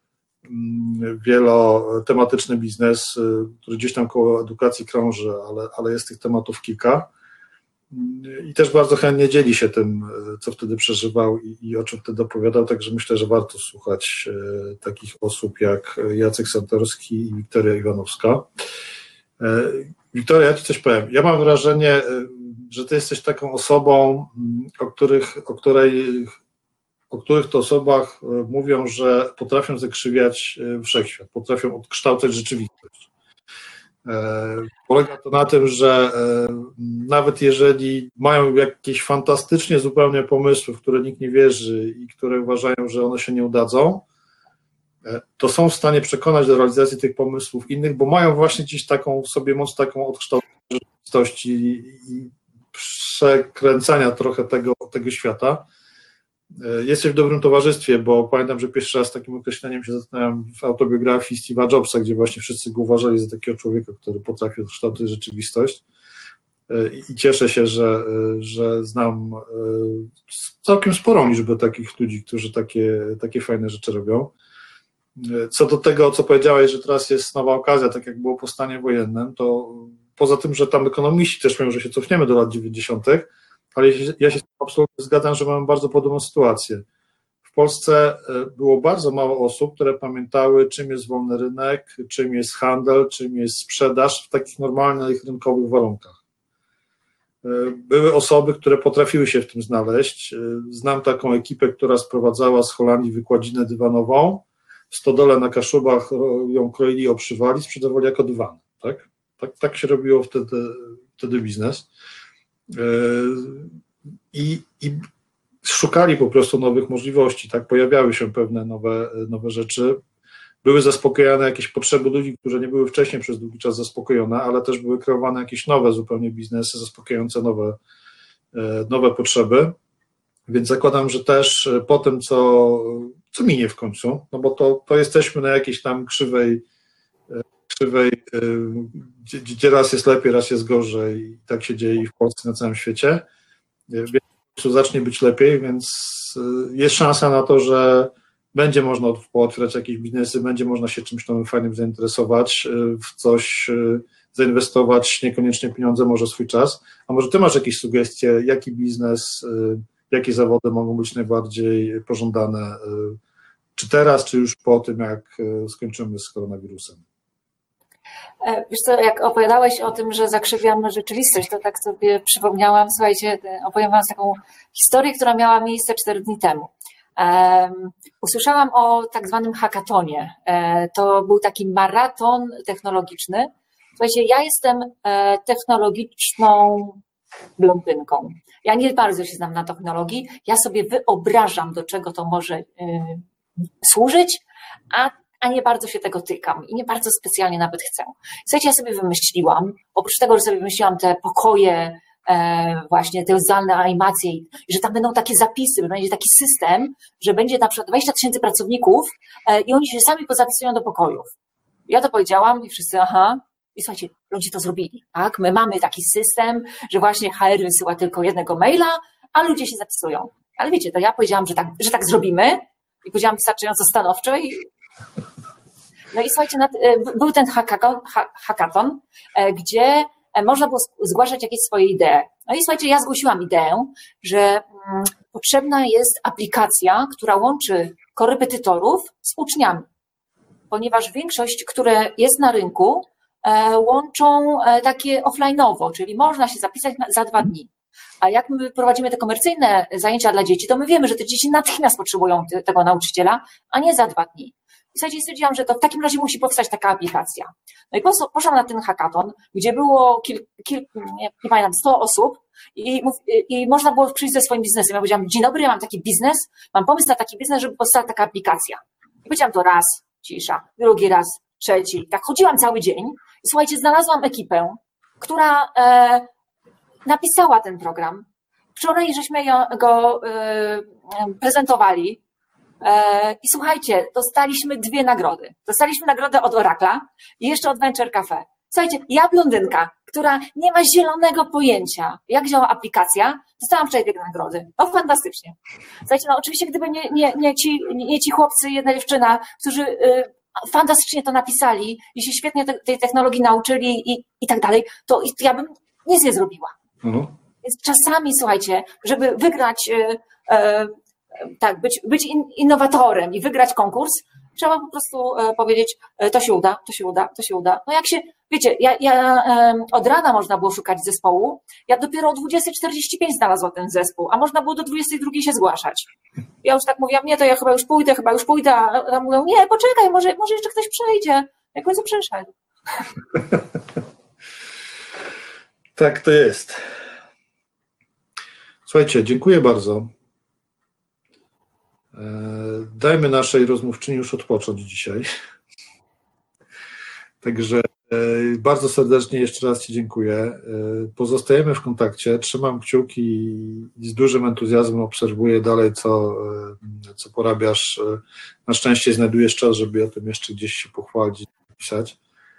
S1: wielotematyczny biznes, który gdzieś tam koło edukacji krąży, ale, ale jest tych tematów kilka. I też bardzo chętnie dzieli się tym, co wtedy przeżywał i, i o czym wtedy opowiadał, także myślę, że warto słuchać e, takich osób jak Jacek Santorski i Wiktoria Iwanowska. E, Wiktoria, ja Ci coś powiem. Ja mam wrażenie, że Ty jesteś taką osobą, o których, o której, o których to osobach mówią, że potrafią zakrzywiać wszechświat, potrafią odkształcać rzeczywistość. Polega to na tym, że nawet jeżeli mają jakieś fantastycznie zupełnie pomysły, w które nikt nie wierzy i które uważają, że one się nie udadzą, to są w stanie przekonać do realizacji tych pomysłów innych, bo mają właśnie gdzieś taką w sobie moc taką odkształcenia rzeczywistości i przekręcania trochę tego, tego świata. Jesteś w dobrym towarzystwie, bo pamiętam, że pierwszy raz z takim określeniem się zetknąłem w autobiografii Steve'a Jobsa, gdzie właśnie wszyscy go uważali za takiego człowieka, który potrafi odkształtować rzeczywistość. I cieszę się, że, że znam całkiem sporą liczbę takich ludzi, którzy takie, takie fajne rzeczy robią. Co do tego, co powiedziałeś, że teraz jest nowa okazja, tak jak było po stanie wojennym, to poza tym, że tam ekonomiści też mówią, że się cofniemy do lat dziewięćdziesiątych, ale ja się absolutnie zgadzam, że mamy bardzo podobną sytuację. W Polsce było bardzo mało osób, które pamiętały, czym jest wolny rynek, czym jest handel, czym jest sprzedaż w takich normalnych rynkowych warunkach. Były osoby, które potrafiły się w tym znaleźć. Znam taką ekipę, która sprowadzała z Holandii wykładzinę dywanową. W stodole na Kaszubach ją kroili, obszywali, sprzedawali jako dywany. Tak, tak, tak się robiło wtedy, wtedy biznes. I, i szukali po prostu nowych możliwości, tak, pojawiały się pewne nowe, nowe rzeczy, były zaspokojone jakieś potrzeby ludzi, które nie były wcześniej przez długi czas zaspokojone, ale też były kreowane jakieś nowe zupełnie biznesy zaspokajające nowe, nowe potrzeby, więc zakładam, że też po tym, co, co minie w końcu, no bo to, to jesteśmy na jakiejś tam krzywej, krzywej gdzie, gdzie raz jest lepiej, raz jest gorzej i tak się dzieje i w Polsce, i na całym świecie. W końcu zacznie być lepiej, więc jest szansa na to, że będzie można pootwierać jakieś biznesy, będzie można się czymś nowym, fajnym zainteresować, w coś zainwestować, niekoniecznie pieniądze, może swój czas. A może ty masz jakieś sugestie, jaki biznes, jakie zawody mogą być najbardziej pożądane, czy teraz, czy już po tym, jak skończymy z koronawirusem?
S2: Wiesz co, jak opowiadałeś o tym, że zakrzywiamy rzeczywistość, to tak sobie przypomniałam, słuchajcie, opowiem wam taką historię, która miała miejsce cztery dni temu. Um, usłyszałam o tak zwanym hackatonie. E, to był taki maraton technologiczny. Słuchajcie, ja jestem e, technologiczną blondynką. Ja nie bardzo się znam na technologii. Ja sobie wyobrażam, do czego to może e, służyć, a, a nie bardzo się tego tykam i nie bardzo specjalnie nawet chcę. Słuchajcie, ja sobie wymyśliłam, oprócz tego, że sobie wymyśliłam te pokoje, E, właśnie te zdalne animacje i że tam będą takie zapisy, że będzie taki system, że będzie na przykład dwadzieścia tysięcy pracowników e, i oni się sami pozapisują do pokojów. Ja to powiedziałam i wszyscy aha. I słuchajcie, ludzie to zrobili, tak? My mamy taki system, że właśnie H R wysyła tylko jednego maila, a ludzie się zapisują. Ale wiecie, to ja powiedziałam, że tak, że tak zrobimy i powiedziałam wystarczająco stanowczo i no i słuchajcie, był ten hackathon, hackathon gdzie można było zgłaszać jakieś swoje idee. No i słuchajcie, ja zgłosiłam ideę, że mm, potrzebna jest aplikacja, która łączy korepetytorów z uczniami, ponieważ większość, które jest na rynku, e, łączą e, takie offline'owo, czyli można się zapisać na, za dwa dni. A jak my prowadzimy te komercyjne zajęcia dla dzieci, to my wiemy, że te dzieci natychmiast potrzebują te, tego nauczyciela, a nie za dwa dni. I słuchajcie, stwierdziłam, że to w takim razie musi powstać taka aplikacja. No i poszłam na ten hackathon, gdzie było kil, kil, nie, nie pamiętam, sto osób i, i można było przyjść ze swoim biznesem. Ja powiedziałam, dzień dobry, ja mam taki biznes, mam pomysł na taki biznes, żeby powstała taka aplikacja. I powiedziałam to raz, cisza, drugi raz, trzeci. Tak chodziłam cały dzień i słuchajcie, znalazłam ekipę, która e, napisała ten program. Wczoraj żeśmy go e, prezentowali. I słuchajcie, dostaliśmy dwie nagrody. Dostaliśmy nagrodę od Oracla i jeszcze od Venture Cafe. Słuchajcie, ja blondynka, która nie ma zielonego pojęcia, jak działa aplikacja, dostałam wczoraj dwie nagrody. No fantastycznie. Słuchajcie, no oczywiście gdyby nie, nie, nie, ci, nie ci chłopcy, jedna dziewczyna, którzy y, fantastycznie to napisali i się świetnie te, tej technologii nauczyli i, i tak dalej, to ja bym nic nie zrobiła. Mhm. Więc czasami, słuchajcie, żeby wygrać y, y, tak, być, być innowatorem i wygrać konkurs, trzeba po prostu powiedzieć, to się uda, to się uda, to się uda. No jak się, wiecie, ja, ja od rana można było szukać zespołu, ja dopiero o dwudziestej czterdzieści pięć znalazłam ten zespół, a można było do dwudziestej drugiej się zgłaszać. Ja już tak mówiłam, nie, to ja chyba już pójdę, chyba już pójdę, a tam mówią, nie, poczekaj, może, może jeszcze ktoś przyjdzie. Jak końcu przyszedł.
S1: Tak to jest. Słuchajcie, dziękuję bardzo. Dajmy naszej rozmówczyni już odpocząć dzisiaj. Także bardzo serdecznie jeszcze raz Ci dziękuję. Pozostajemy w kontakcie. Trzymam kciuki i z dużym entuzjazmem obserwuję dalej, co, co porabiasz. Na szczęście znajdujesz czas, żeby o tym jeszcze gdzieś się pochwalić i napisać.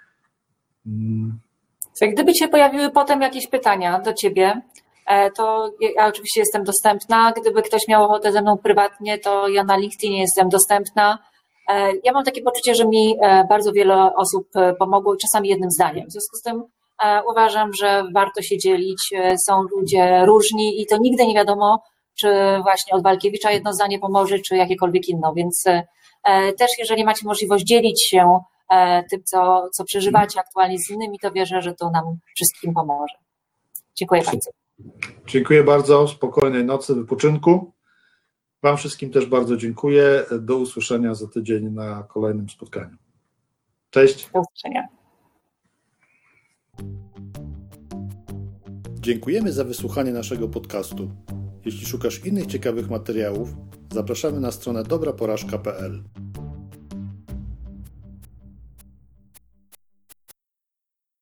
S2: Gdyby się pojawiły potem jakieś pytania do Ciebie, to ja oczywiście jestem dostępna. Gdyby ktoś miał ochotę ze mną prywatnie, to ja na LinkedInie jestem dostępna. Ja mam takie poczucie, że mi bardzo wiele osób pomogło, czasami jednym zdaniem. W związku z tym uważam, że warto się dzielić. Są ludzie różni i to nigdy nie wiadomo, czy właśnie od Walkiewicza jedno zdanie pomoże, czy jakiekolwiek inno. Więc też jeżeli macie możliwość dzielić się tym, co, co przeżywacie aktualnie z innymi, to wierzę, że to nam wszystkim pomoże. Dziękuję bardzo.
S1: Dziękuję bardzo. Spokojnej nocy, wypoczynku. Wam wszystkim też bardzo dziękuję. Do usłyszenia za tydzień na kolejnym spotkaniu. Cześć.
S2: Do usłyszenia.
S1: Dziękujemy za wysłuchanie naszego podcastu. Jeśli szukasz innych ciekawych materiałów, zapraszamy na stronę dobra porażka kropka p l.